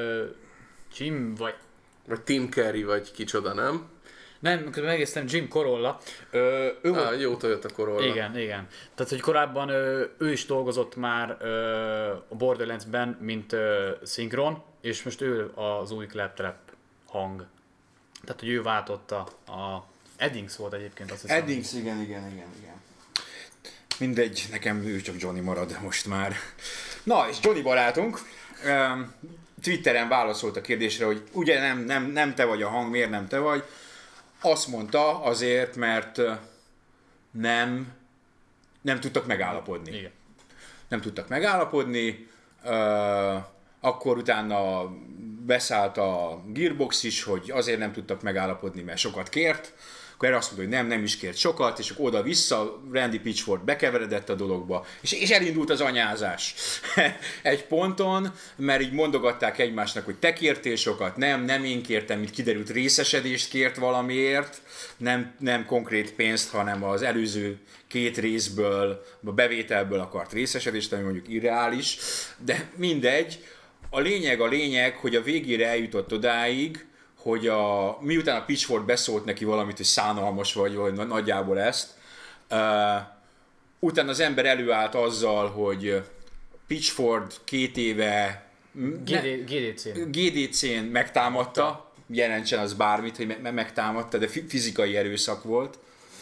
Jim vagy Tim Carrey vagy kicsoda, nem? Nem, közben megnéztem, Jim Corolla. Jó Toyota Corolla. Igen. Tehát, hogy korábban ő is dolgozott már a Borderlands-ben, mint szinkron, és most ő az új Claptrap hang. Tehát, hogy ő váltotta a Eddings volt egyébként, azt hiszem. Eddings, igen. Mindegy, nekem ő csak Johnny marad most már. Na, és Johnny barátunk Twitteren válaszolt a kérdésre, hogy ugye nem te vagy a hang, miért nem te vagy? Azt mondta azért, mert nem tudtak megállapodni. Igen. Nem tudtak megállapodni, akkor utána beszállt a Gearbox is, hogy azért nem tudtak megállapodni, mert sokat kért. Akkor erre azt mondta, hogy nem is kért sokat, és akkor oda-vissza Randy Pitchford bekeveredett a dologba, és elindult az anyázás egy ponton, mert így mondogatták egymásnak, hogy te kértél sokat, nem én kértem, mint kiderült részesedést kért valamiért, nem konkrét pénzt, hanem az előző 2 részből, a bevételből akart részesedést, ami mondjuk irreális, de mindegy. A lényeg, hogy a végére eljutott odáig, hogy miután a Pitchford beszólt neki valamit, hogy szánalmas vagy nagyjából ezt, utána az ember előállt azzal, hogy Pitchford 2 éve GDC-n megtámadta, jelentsen az bármit, hogy megtámadta, de fizikai erőszak volt.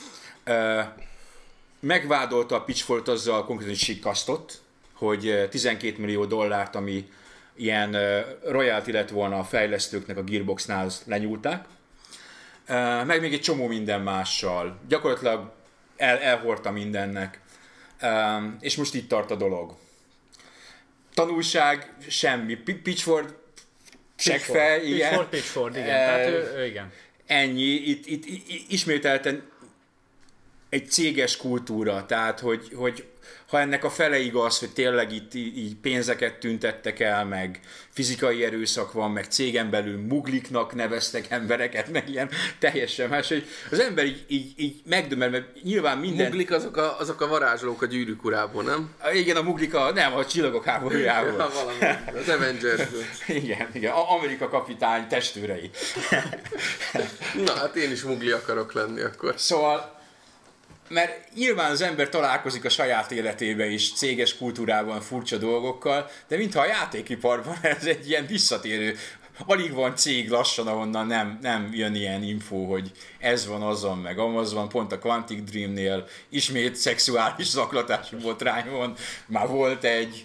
Megvádolta a Pitchford azzal konkrétan, hogy sikasztott, hogy $12 millió, ami ilyen royalty lett volna a fejlesztőknek a Gearboxnál, azt lenyúlták. Meg még egy csomó minden mással. Gyakorlatilag elhordta mindennek. És most itt tart a dolog. Tanulság, semmi. Pitchford, seggfej, igen. Pitchford, igen. Tehát ő igen. Ennyi. Itt ismételten egy céges kultúra, tehát hogy ha ennek a fele igaz, hogy tényleg itt így pénzeket tüntettek el, meg fizikai erőszak van, meg cégen belül mugliknak neveztek embereket, meg ilyen teljesen más, hogy az ember így megdömmel, mert nyilván minden... Muglik azok a varázslók a Gyűrűk Urából, nem? Igen, a muglika, nem, a Csillagok háborújából. Ja, valami, az Avengersből. Igen, Amerika kapitány testőrei. Na, hát én is mugli akarok lenni akkor. Szóval, mert nyilván az ember találkozik a saját életébe is céges kultúrában furcsa dolgokkal, de mintha a játékiparban ez egy ilyen visszatérő, alig van cég lassan, ahonnan nem jön ilyen info, hogy ez van, az van, meg amaz van, pont a Quantic Dreamnél ismét szexuális zaklatású botrány van, már volt egy...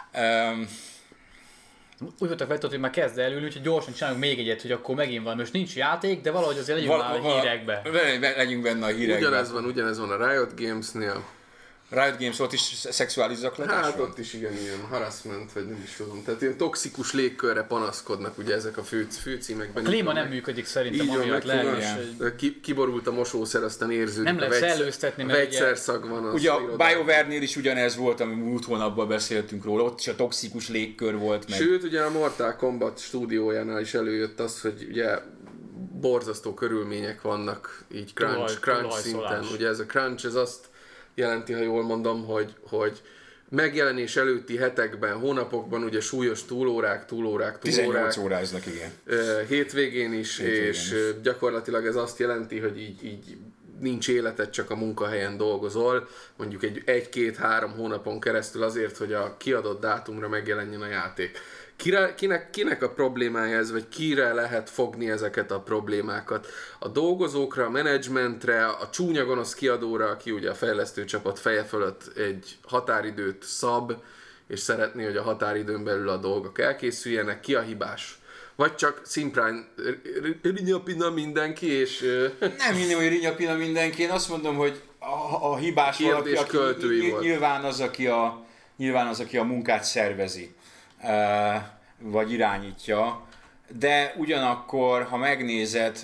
Úgy voltak vettem, hogy már kezd elülni, úgyhogy gyorsan csinálunk még egyet, hogy akkor megint van. Most nincs játék, de valahogy azért legyünk már a hírekbe. Legyünk benne a hírekbe. Ugyanez van a Riot Games-nél. Riot Games ott is szexuális zaklatás Hát van? ott is igen, ilyen harassment, vagy nem is tudom. Tehát ilyen toxikus légkörre panaszkodnak ugye ezek a főcímekben. A klíma nem működik szerintem, amiatt lehet. Kiborult a mosószer, aztán érződik. Nem lehet szellőztetni, mert vegyszerszag van. Ugye a BioWare-nél is ugyanez volt, ami múlt hónapban beszéltünk róla, ott is a toxikus légkör volt meg. Sőt, ugye a Mortal Kombat stúdiójánál is előjött az, hogy ugye borzasztó körülmények vannak így crunch szinten. Ugye ez a crunch, ez azt jelenti, ha jól mondom, hogy megjelenés előtti hetekben, hónapokban ugye súlyos túlórák. 18 óráznak, igen. Hétvégén is, és gyakorlatilag ez azt jelenti, hogy így nincs életed, csak a munkahelyen dolgozol, mondjuk egy 1-2-3 hónapon keresztül azért, hogy a kiadott dátumra megjelenjen a játék. Kinek a problémája ez, vagy kire lehet fogni ezeket a problémákat? A dolgozókra, a menedzsmentre, a csúnya gonosz kiadóra, aki ugye a fejlesztő csapat feje fölött egy határidőt szab, és szeretné, hogy a határidőn belül a dolgok elkészüljenek, ki a hibás? Vagy csak szimplán rinyapina mindenki, és... Nem hinném, hogy rinyapina mindenki, én azt mondom, hogy a hibás valaki, aki nyilván az, aki a munkát szervezi, vagy irányítja, de ugyanakkor, ha megnézed,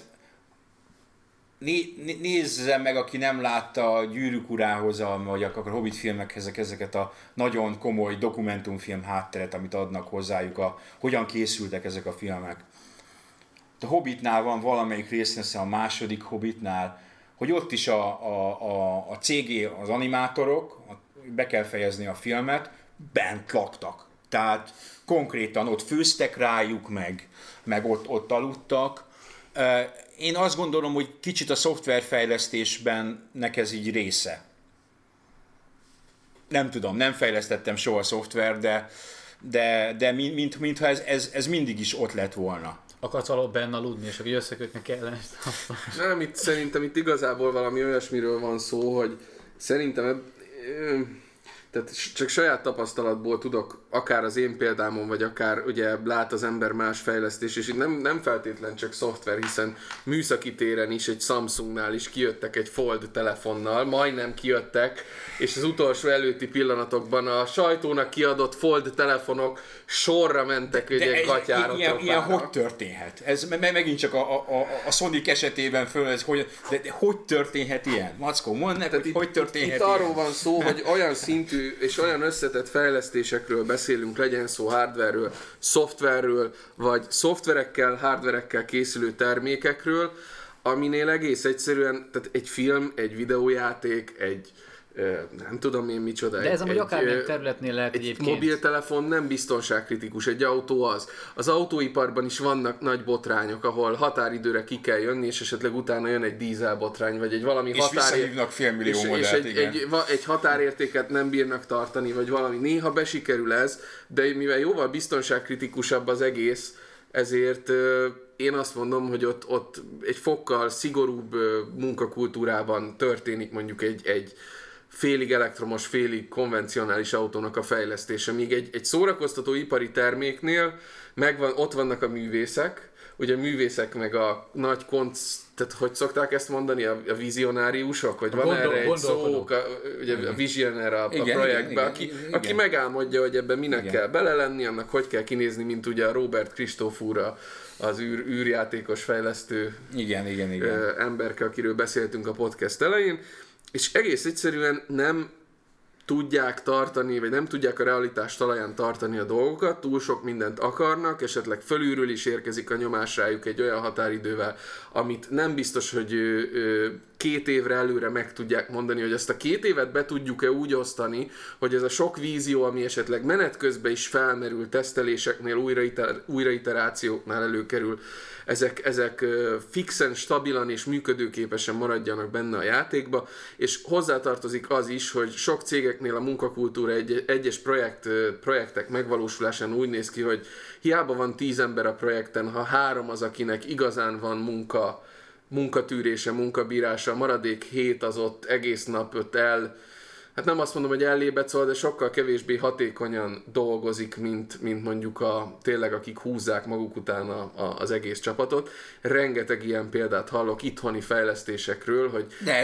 nézze meg, aki nem látta a Gyűrűk Urához, vagy akkor a Hobbit filmekhez ezeket a nagyon komoly dokumentumfilm hátteret, amit adnak hozzájuk, hogyan készültek ezek a filmek. A Hobbitnál van valamelyik résznél, a második Hobbitnál, hogy ott is a CG, az animátorok, be kell fejezni a filmet, bent laktak. Tehát konkrétan ott főztek rájuk, meg ott aludtak. Én azt gondolom, hogy kicsit a szoftverfejlesztésben ez így része. Nem tudom, nem fejlesztettem soha szoftver, de mintha ez mindig is ott lett volna. Akarsz valahol benne aludni, és akkor összekötni kellene. Nem, szerintem itt igazából valami olyasmiről van szó, hogy szerintem tehát csak saját tapasztalatból tudok, akár az én példámon, vagy akár ugye lát az ember más fejlesztés, és itt nem feltétlen csak szoftver, hiszen műszaki téren is, egy Samsungnál is kijöttek egy Fold telefonnal, majdnem kijöttek, és az utolsó előtti pillanatokban a sajtónak kiadott Fold telefonok sorra mentek egy gatyára. Ilyen hogy történhet? Ez megint csak a Sonic esetében föl, de hogy történhet ilyen? Mackó, mondd meg, hogy történhet itt ilyen? Arról van szó, hogy olyan szintű és olyan összetett fejlesztésekről beszélünk, legyen szó hardwareről, szoftverről, vagy szoftverekkel, hardverekkel készülő termékekről, aminél egész egyszerűen, tehát egy film, egy videójáték, egy nem tudom én micsoda. De ez amúgy akármilyen területnél lehet egyébként. Egy mobiltelefon nem biztonságkritikus, egy autó az. Az autóiparban is vannak nagy botrányok, ahol határidőre ki kell jönni, és esetleg utána jön egy dízel botrány, vagy egy valami és visszahívnak félmillió modellt, egy határértéket nem bírnak tartani, vagy valami. Néha besikerül ez, de mivel jóval biztonságkritikusabb az egész, ezért én azt mondom, hogy ott egy fokkal szigorúbb munkakultúrában történik mondjuk egy félig elektromos, félig konvencionális autónak a fejlesztése. Míg egy szórakoztató ipari terméknél ott vannak a művészek, ugye a művészek meg a nagy tehát hogy szokták ezt mondani, a vizionáriusok, vagy van erre egy szó, ugye a visionár a projektben, aki megálmodja, hogy ebben minek kell bele lenni, annak hogy kell kinézni, mint ugye a Robert Christophura, az űrjátékos fejlesztő igen. emberke, akiről beszéltünk a podcast elején, és egész egyszerűen nem tudják tartani, vagy nem tudják a realitás talaján tartani a dolgokat, túl sok mindent akarnak, esetleg fölülről is érkezik a nyomás rájuk egy olyan határidővel, amit nem biztos, hogy 2 évre előre meg tudják mondani, hogy ezt a 2 évet be tudjuk-e úgy osztani, hogy ez a sok vízió, ami esetleg menet közben is felmerül, teszteléseknél, újraiterációknál előkerül, ezek fixen, stabilan és működőképesen maradjanak benne a játékba, és hozzátartozik az is, hogy sok cégeknél a munkakultúra egyes projektek megvalósulásán úgy néz ki, hogy hiába van 10 ember a projekten, ha 3 az, akinek igazán van munkatűrése, munkabírása, a maradék 7 az ott egész nap hát nem azt mondom, hogy ellébecol, de sokkal kevésbé hatékonyan dolgozik, mint mondjuk tényleg akik húzzák maguk után az egész csapatot. Rengeteg ilyen példát hallok itthoni fejlesztésekről, hogy... De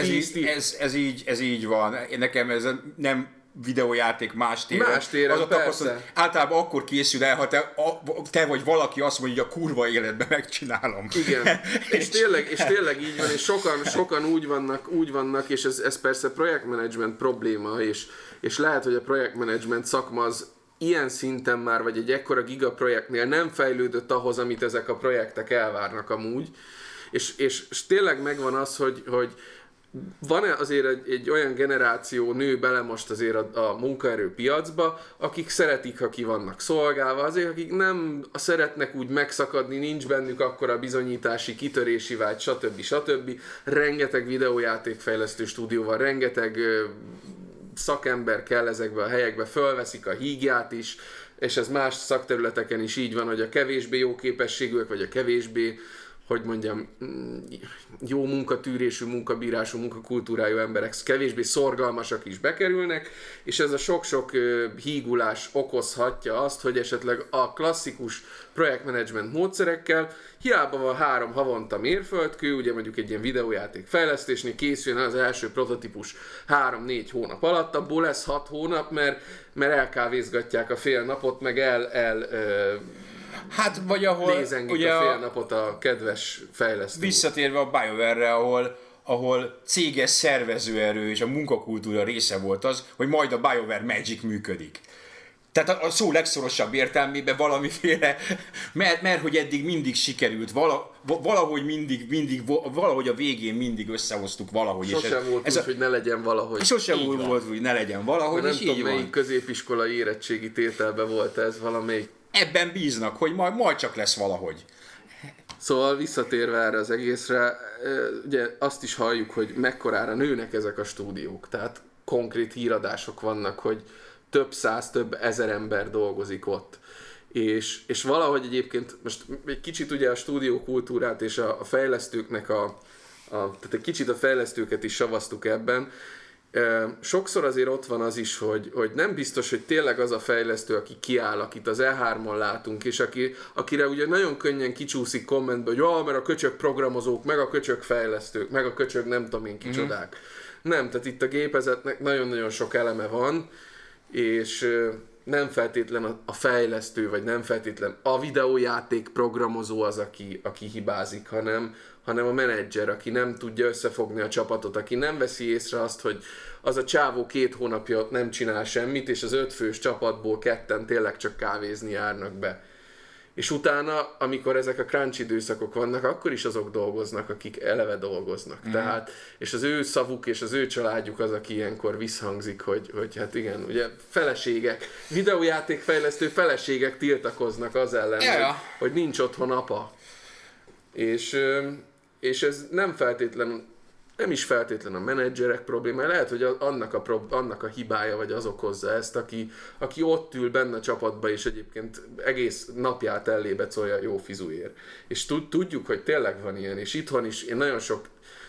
ez így van. Nekem ez nem videójáték más téren. Az a tapasztalat, általában akkor készül el, ha te vagy valaki azt mondja, hogy a kurva életben megcsinálom. Igen, és tényleg így van, és sokan úgy vannak, és ez persze projektmenedzsment probléma, és lehet, hogy a projektmenedzsment szakma az ilyen szinten már, vagy egy ekkora gigaprojektnél nem fejlődött ahhoz, amit ezek a projektek elvárnak amúgy, és tényleg megvan az, hogy van azért egy olyan generáció nő bele most azért a munkaerőpiacba, akik szeretik, ha ki vannak szolgálva, azért akik nem szeretnek úgy megszakadni, nincs bennük akkora bizonyítási, kitörési vágy, stb. Rengeteg videójátékfejlesztő stúdió van, rengeteg szakember kell ezekbe a helyekbe, fölveszik a hígját is, és ez más szakterületeken is így van, hogy a kevésbé jó képességűek, vagy a kevésbé, hogy mondjam, jó munkatűrésű, munkabírású, munkakultúrájú emberek kevésbé szorgalmasak is bekerülnek, és ez a sok-sok hígulás okozhatja azt, hogy esetleg a klasszikus projektmenedzsment módszerekkel hiába van 3 havonta mérföldkő, ugye mondjuk egy ilyen videójáték fejlesztésnél készüljön az első prototípus 3-4 hónap alatt, abból lesz 6 hónap, mert elkávézgatják a fél napot, meg hát, vagy ahol lézengik a fél napot a kedves fejlesztő. Visszatérve a BioWare-re, ahol céges szervezőerő és a munkakultúra része volt az, hogy majd a BioWare Magic működik. Tehát a szó legszorosabb értelmében valamiféle, mert hogy eddig mindig sikerült, valahogy a végén mindig összehoztuk valahogy. Sosem volt úgy, hogy ne legyen valahogy. Sosem volt, hogy ne legyen valahogy, és így van. Nem tudom, melyik középiskolai érettségi tételben volt ez valamelyik. Ebben bíznak, hogy majd csak lesz valahogy. Szóval visszatérve erre az egészre, ugye azt is halljuk, hogy mekkorára nőnek ezek a stúdiók. Tehát konkrét híradások vannak, hogy több száz, több ezer ember dolgozik ott. És valahogy egyébként most egy kicsit ugye a stúdiókultúrát és a fejlesztőknek tehát egy kicsit a fejlesztőket is savaztuk ebben. Sokszor azért ott van az is, hogy nem biztos, hogy tényleg az a fejlesztő, aki kiáll, akit az E3-on látunk, és akire ugye nagyon könnyen kicsúszik kommentbe, hogy mert a köcsög programozók, meg a köcsög fejlesztők, meg a köcsög nem tudom én kicsodák. Nem, tehát itt a gépezetnek nagyon-nagyon sok eleme van, és nem feltétlen a fejlesztő, vagy nem feltétlen a videójáték programozó az, aki hibázik, hanem a menedzser, aki nem tudja összefogni a csapatot, aki nem veszi észre azt, hogy az a csávó 2 hónapja ott nem csinál semmit, és az 5 fős csapatból 2 tényleg csak kávézni járnak be. És utána, amikor ezek a crunch időszakok vannak, akkor is azok dolgoznak, akik eleve dolgoznak. Tehát, és az ő szavuk és az ő családjuk az, aki ilyenkor visszhangzik, hogy hát igen, ugye feleségek, videójátékfejlesztő feleségek tiltakoznak az ellen, hogy nincs otthon apa. És ez nem is feltétlen a menedzserek problémája, lehet, hogy annak a hibája, vagy az okozza ezt, aki ott ül benne a csapatba, és egyébként egész napját ellébecolja jó fizúért. És tudjuk, hogy tényleg van ilyen, és itthon is én nagyon sok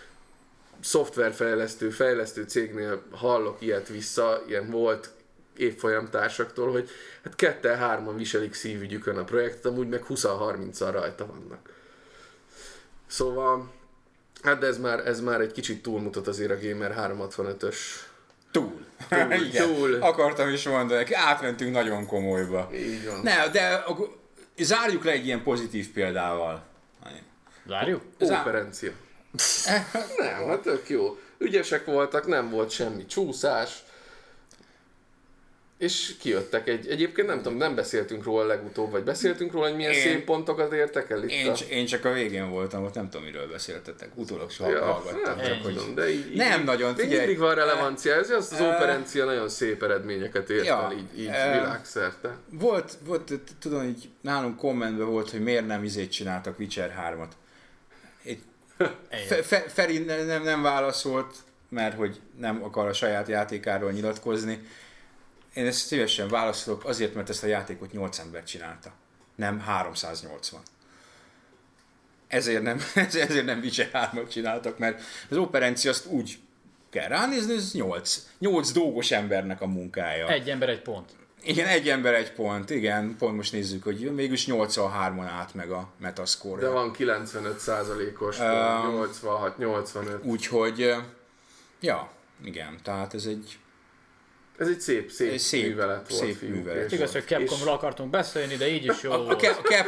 fejlesztő cégnél hallok ilyet vissza, ilyen volt évfolyamtársaktól, hogy hát 2-3-an viselik szívügyükön a projektet, amúgy meg 20-30-an rajta vannak. Szóval, hát de ez már egy kicsit túlmutat azért a Gamer 365-ös. Túl. Akartam is mondani, átmentünk nagyon komolyba. Így van. De zárjuk le egy ilyen pozitív példával. Zárjuk? Operencia. Nem, hát tök jó. Ügyesek voltak, nem volt semmi csúszás. És kijöttek egyébként nem tudom, nem beszéltünk róla legutóbb, vagy beszéltünk róla, hogy milyen szép pontokat értek el itt Én csak a végén voltam, ott nem tudom, miről beszéltetek. Utólag soha hallgattam. Hát, hogy de így, nem nagyon, figyelj. Mindig van relevancia, ez az operencia nagyon szép eredményeket ért el így világszerte. Volt, tudom, így nálunk kommentben volt, hogy miért nem csináltak Witcher 3-at. Feri nem válaszolt, mert hogy nem akar a saját játékáról nyilatkozni. Én ezt szívesen válaszolok, azért, mert ezt a játékot 8 ember csinálta, nem 380. Ezért nem Witcher 3-at csináltak, mert az operencia azt úgy kell ránézni, ez 8 dolgos embernek a munkája. Egy ember egy pont. Igen, egy ember egy pont, igen, pont most nézzük, hogy mégis 83-on állt meg a Metascore. De van 95%-os, 86-85. Úgyhogy, ja, igen, tehát ez egy szép művelet volt. Szép művelet. Igaz, hogy Capcomról akartunk beszélni, de így is jó volt.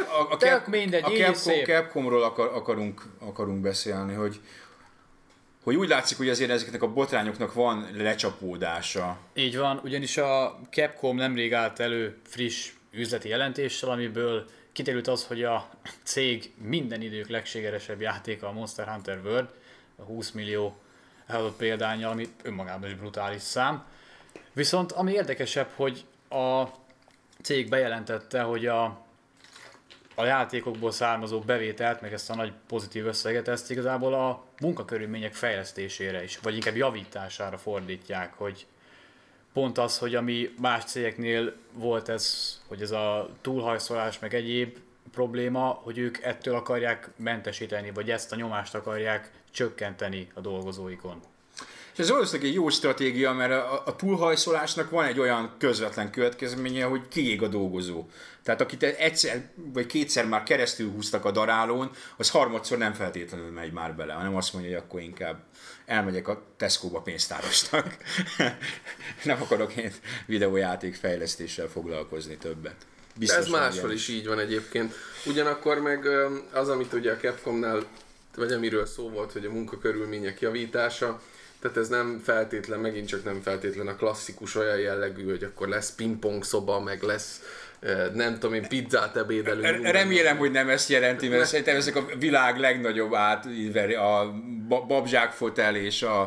A Capcomról akarunk beszélni, hogy úgy látszik, hogy azért ezeknek a botrányoknak van lecsapódása. Így van, ugyanis a Capcom nemrég állt elő friss üzleti jelentéssel, amiből kiderült az, hogy a cég minden idők legsikeresebb játéka a Monster Hunter World, a 20 millió eladott példánnyal, ami önmagában is brutális szám. Viszont ami érdekesebb, hogy a cég bejelentette, hogy a játékokból származó bevételt, meg ezt a nagy pozitív összeget, ezt igazából a munkakörülmények fejlesztésére is, vagy inkább javítására fordítják, hogy pont az, hogy ami más cégeknél volt ez, hogy ez a túlhajszolás, meg egyéb probléma, hogy ők ettől akarják mentesíteni, vagy ezt a nyomást akarják csökkenteni a dolgozóikon. És ez valószínűleg egy jó stratégia, mert a túlhajszolásnak van egy olyan közvetlen következménye, hogy kiég a dolgozó. Tehát akit egyszer vagy kétszer már keresztül húztak a darálón, az harmadszor nem feltétlenül megy már bele, hanem azt mondja, hogy akkor inkább elmegyek a Tesco-ba pénztárosnak. Nem akarok én videójáték fejlesztéssel foglalkozni többet. Biztos ez máshol is így van egyébként. Ugyanakkor meg az, amit ugye a Capcomnál, vagy amiről szó volt, hogy a munkakörülmények javítása, tehát ez nem feltétlen, megint csak nem feltétlen a klasszikus olyan jellegű, hogy akkor lesz pingpong szoba, meg lesz nem tudom én, pizzát ebédelünk. Remélem, hogy nem ezt jelenti, mert szerintem ezek a világ legnagyobb a babzsákfotel és a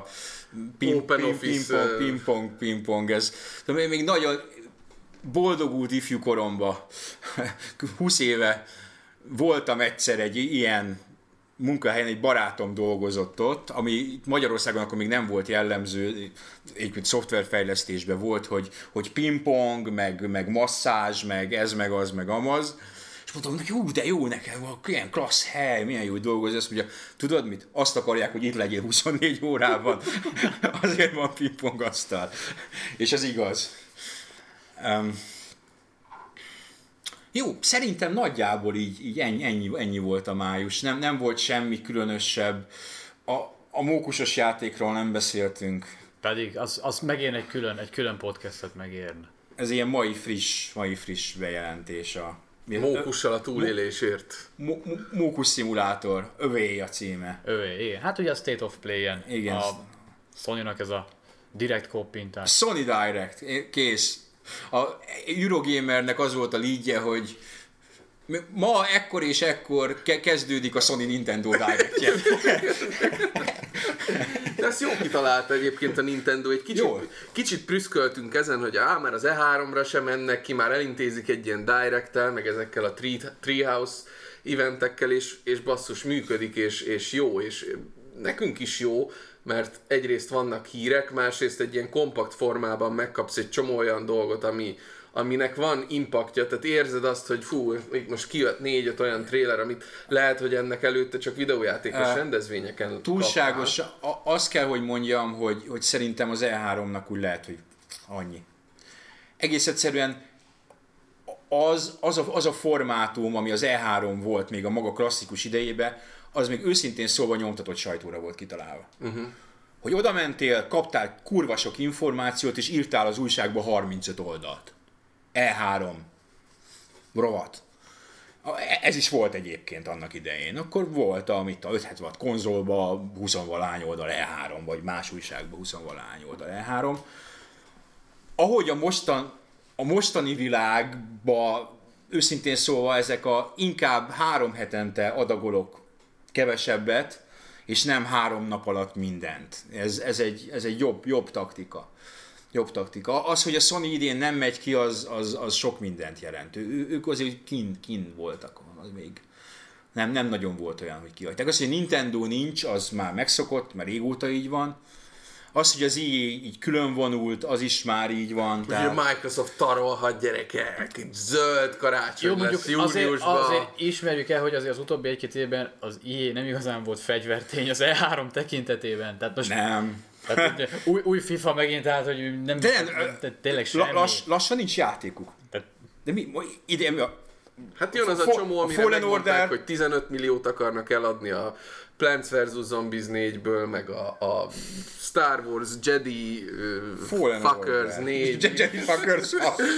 pingpong, ez. Tudom, én még nagyon boldogult ifjú koromban, 20 éve voltam egyszer egy ilyen munkahelyen, egy barátom dolgozott ott, ami Magyarországon akkor még nem volt jellemző, egyébként szoftverfejlesztésben volt, hogy pingpong, meg masszázs, meg ez, meg az, meg amaz. És mondtam, hogy jó, de jó nekem, ilyen klassz hely, milyen jó, hogy dolgozni. Azt mondja, tudod mit? Azt akarják, hogy itt legyél 24 órában. Azért van pingpong asztal. És ez igaz. Jó, szerintem nagyjából így ennyi volt a május. Nem volt semmi különösebb. A mókusos játékról nem beszéltünk. Pedig az megérne egy külön podcastet megérne. Ez ilyen mai friss bejelentés a... Mókussal a túlélésért. Mókus szimulátor. Övé a címe. Övé, igen. Hát ugye a State of Play-en. Igen. A Sony-nak ez a direct koppintás. Sony Direct. Kész. A Eurogamernek az volt a leadje, hogy ma ekkor és ekkor kezdődik a Sony Nintendo Direct-je. De ezt jó kitalálta egyébként a Nintendo, egy kicsit prüszköltünk ezen, hogy már az E3-ra sem mennek ki, már elintézik egy ilyen Direct-tel, meg ezekkel a Treehouse eventekkel, és basszus működik, és jó, és nekünk is jó, mert egyrészt vannak hírek, másrészt egy ilyen kompakt formában megkapsz egy csomó olyan dolgot, aminek van impaktja, tehát érzed azt, hogy fú, most kijött 4-5 olyan trailer, amit lehet, hogy ennek előtte csak videójátékos rendezvényeken túlságos, azt kell, hogy mondjam, hogy szerintem az E3-nak úgy lehet, hogy annyi. Egész egyszerűen az a formátum, ami az E3 volt még a maga klasszikus idejében, az még őszintén szólva nyomtatott sajtóra volt kitalálva. Hogy oda mentél, kaptál kurva sok információt, és írtál az újságba 35 oldalt. E3. Rovat. Ez is volt egyébként annak idején. Akkor volt a 576 konzolba 20-valány oldal E3, vagy más újságban 20-valány oldal E3. Ahogy a mostani világban őszintén szólva ezek inkább 3 hetente adagolok kevesebbet, és nem 3 nap alatt mindent. Ez egy jobb taktika. Jobb taktika. Az, hogy a Sony idén nem megy ki, az sok mindent jelent. Ők azért kin voltak, az még nem nagyon volt olyan, hogy kihagyták. Az, hogy Nintendo nincs, az már megszokott, mert régóta így van. Az, hogy az EA így külön vonult, az is már így van. Tehát... A Microsoft tarolhat, gyerekek, itt zöld karácsony lesz júniusban. Azért ismerjük el, hogy azért az utóbbi 1-2 évben az EA nem igazán volt fegyvertény az E3 tekintetében. Tehát most nem. Tehát, új FIFA megint, tehát hogy nem tényleg semmi. Lassan nincs játékuk. De idén hát jön az a csomó, amire megmondták, hogy 15 milliót akarnak eladni a Plants vs. Zombies 4-ből, meg a Star Wars Jedi Fuckers 4. Jedi Fuckers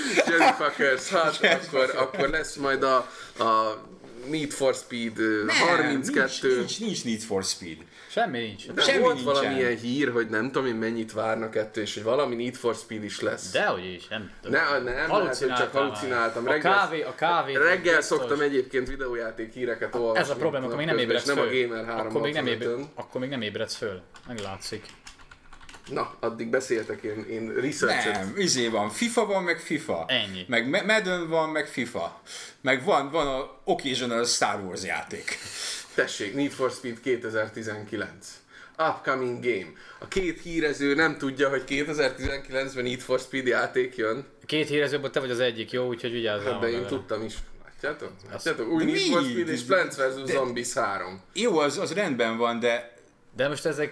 6, akkor lesz majd a Need for Speed 32. Nincs Need for Speed. Semmi nincs. De semmi volt nincsen. Valamilyen hír, hogy nem tudom én mennyit várnak ettől, és hogy valami Need for Speed is lesz. Dehogy is, nem tudom. Nem lehet, hogy csak halucináltam. A kávé. Reggel szoktam egyébként videójáték híreket olvasni. Ez a probléma, akkor még nem ébredsz föl. Nem a Gamer 3 akkor még nem ébredsz föl. Meglátszik. Na, addig beszéltek, én research-et. Nem, van. FIFA van, meg FIFA. Ennyi. Meg Madden van, meg FIFA. Meg van a occasional Star Wars játék. Tessék, Need for Speed 2019. Upcoming game. A 2 hírező nem tudja, hogy 2019-ben Need for Speed játék jön. 2 hírezőből te vagy az egyik, jó? Úgyhogy vigyázzál. Hát de én tudtam is. Látjátok? Új Need for Speed és Plants vs. Zombies 3. Jó, az rendben van, de most ezek...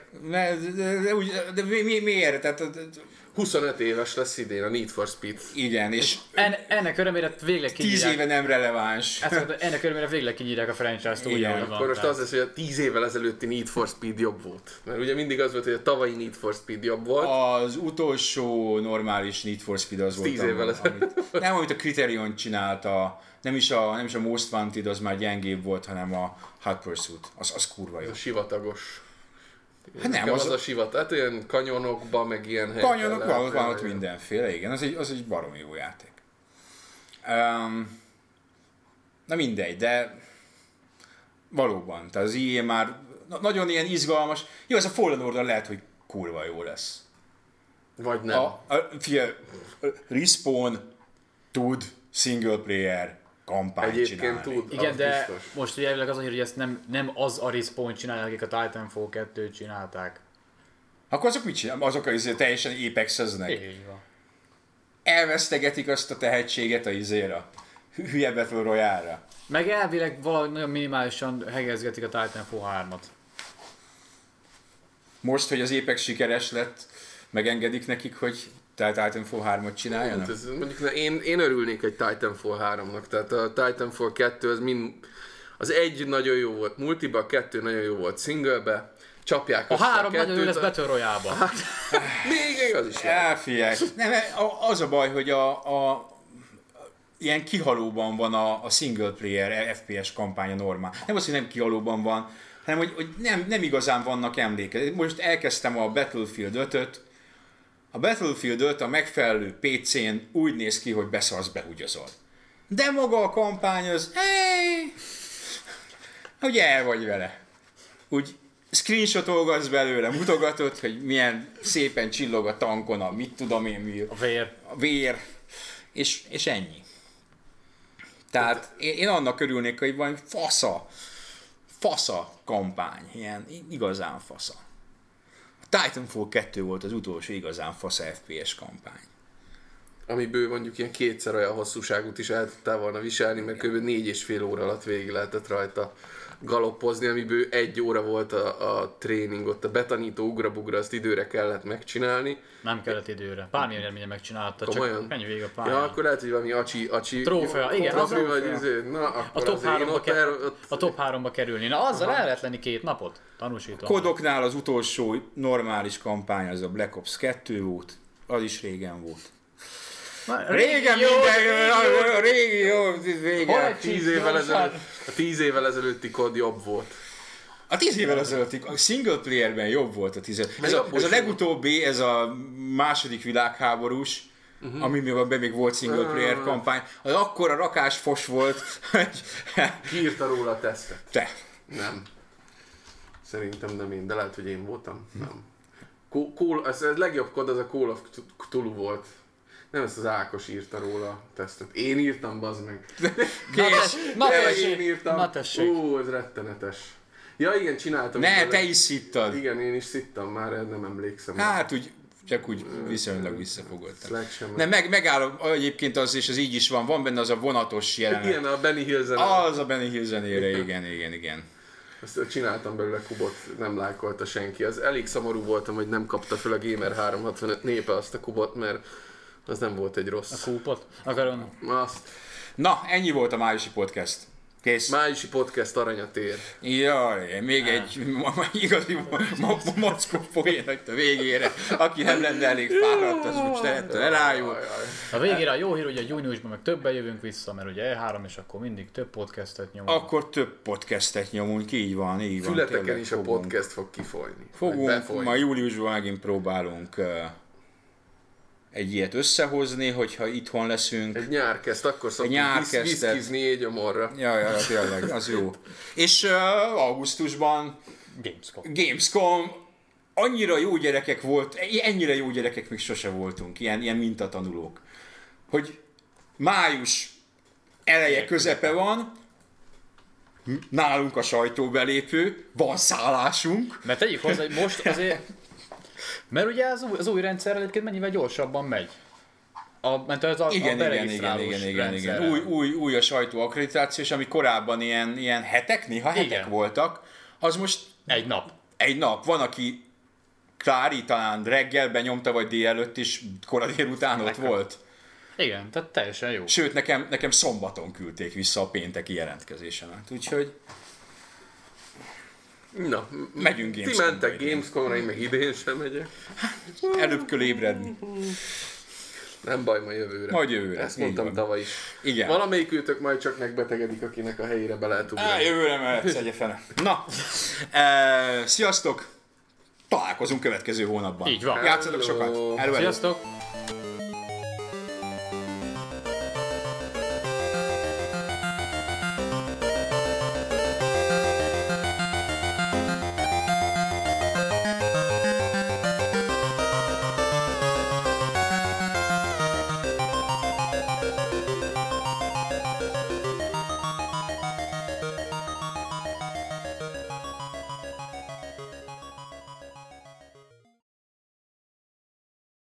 De miért? Tehát, 25 éves lesz idén a Need for Speed. Igen, és... Ennek örömére végleg kinyírják... 10 éve nem releváns. Ennek örömére végleg kinyírják a franchise-t úgy, ahogy van. Akkor most az lesz, hogy a 10 évvel ezelőtti Need for Speed jobb volt. Mert ugye mindig az volt, hogy a tavalyi Need for Speed jobb volt. Az utolsó normális Need for Speed az volt. 10 évvel ezelőtt. Nem, amit a Criterion csinálta, nem is a Most Wanted, az már gyengébb volt, hanem a Hot Pursuit. Az kurva jó. Az a sivatagos. Hát nem, az a sivat, hát olyan kanyonokban, meg ilyen helyeken. Kanyonokban van ott mindenféle, igen, az egy baromi jó játék. Na mindegy, de valóban, tehát az EA már nagyon ilyen izgalmas. Jó, ez a Fallen Order lehet, hogy kurva jó lesz. Vagy nem. Respawn tud single player kampányt csinálni. Tud, igen, de biztos. Most ugye az a hír, hogy ezt nem az a Respawn csinálják, akik a Titanfall 2-t csinálták. Akkor azok mit csinálnak? Azok teljesen Apex-eznek? Így van. Elvesztegetik azt a tehetséget a izéra. Hülye Battle Royale-ra. Meg elvileg valahogy nagyon minimálisan hegezgetik a Titanfall 3-at. Most, hogy az Apex sikeres lett, megengedik nekik, hogy Titanfall 3-at csináljanak? Mondjuk én örülnék egy Titanfall 3-nak, tehát a Titanfall 2 az egy nagyon jó volt multiba, a 2 nagyon jó volt singlebe, csapják a 3 nagyon jó lesz Battle Royale-ba. Még az is elfigyelj. Nem, az a baj, hogy ilyen kihalóban van a single player FPS kampánya normál. Nem az, hogy nem kihalóban van, hanem hogy nem igazán vannak emléke. Most elkezdtem a Battlefield 5-öt. A Battlefield 5 a megfelelő PC-n úgy néz ki, hogy beszarsz, behugyozol. De maga a kampány az, hogy el vagy vele. Úgy screenshotolgatsz belőle, mutogatod, hogy milyen szépen csillog a tankon, a mit tudom én mi. A vér. És ennyi. Tehát én annak örülnék, hogy van fasza kampány, ilyen igazán fasza. A Titanfall 2 volt az utolsó igazán fasza FPS kampány. Amiből mondjuk ilyen 2-szer olyan hosszúságot is el tudtál volna viselni, mert kb. 4,5 óra alatt végig lehetett rajta galoppozni, amiből 1 óra volt a tréning, ott a betanító ugrabugra, azt időre kellett megcsinálni. Nem kellett időre. Bármilyen élményen megcsinálta, komolyan? Csak menj végig a pályán. Ja, akkor lehet, hogy valami acsi trófea, igen, trófea, vagy na, akkor a top 3-ba kerülni. Na, azzal el lehet lenni 2 napot. Tanúsítom. Kodoknál az utolsó normális kampány az a Black Ops 2 volt, az is régen volt. Régen minden, régi jó, régen. 10 évvel ezelőtti kód jobb volt. A 10 évvel ezelőtti, a single playerben jobb volt a 10 évvel. Ez a legutóbbi, ez a második világháborús, amiben még volt single player kampány, az akkora rakás fos volt. Ki írta róla a tesztet? Te. Nem. Szerintem nem én, de lehet, hogy én voltam. Nem. Ez a legjobb kód, az a Call of Cthulhu volt. Nem ezt az Ákos írta róla a tesztet. Én írtam, bazd meg. Na tessék. Ez rettenetes. Ja, igen, csináltam. Te is szittad. Igen, én is szittam már, nem emlékszem. Hát csak úgy viszonylag visszafogottam. Megállom egyébként az, és az így is van benne az a vonatos jelenet. Igen, a Benny Hill zene. Az a Benny Hill zenére, igen. Azt csináltam belőle kubot, nem lájkolta senki. Az elég szomorú voltam, hogy nem kapta fel a Gamer 365 népe azt a kubot, mert az nem volt egy rossz. A kúpot? Akarom. Azt. Na, ennyi volt a májusi podcast. Kész. Májusi podcast aranyatér. Jaj, még egy igazi mockó poén a végére. Aki nem lenne elég fáradt, az most ettől elájul. A végére a jó hír, hogy a júniusban meg többen jövünk vissza, mert ugye E3, és akkor mindig több podcastet nyomunk. Akkor több podcastet nyomunk, így van. Fületeken is a podcast fog kifolyni. Ma júliusban megint próbálunk egy ilyet összehozni, hogyha itthon leszünk. Egy nyárkezt, akkor szoktunk viszkizni égyomorra. Ja, tényleg, az jó. És augusztusban Gamescom. Annyira jó gyerekek volt, ennyire jó gyerekek még sose voltunk, ilyen mintatanulók. Hogy május eleje, közepe van, nálunk a sajtóbelépő, van szállásunk. Mert tegyük hozzá, hogy most azért... Mert ugye az új rendszer egyébként mennyivel gyorsabban megy. Igen. Új a sajtó akkreditációs, ami korábban ilyen hetek, néha hetek voltak. Az most... Egy nap. Van, aki Klári talán reggelben nyomta, vagy délelőtt is, kora délután ott volt. Igen, tehát teljesen jó. Sőt, nekem szombaton küldték vissza a pénteki jelentkezésemet, úgyhogy... Na, megyünk Gamescom. Ti mentek Gamescomra, én meg idén sem megyek. Előbb kell ébredni. Nem baj, majd jövőre. Majd jövőre. Ezt mondtam tavaly is. Igen. Valamelyikőtök majd csak megbetegedik, akinek a helyére be lehet ugrani. Jövőre mehetsz egyefele. Na, sziasztok! Találkozunk következő hónapban. Így van. Játszatok sokat. Sziasztok!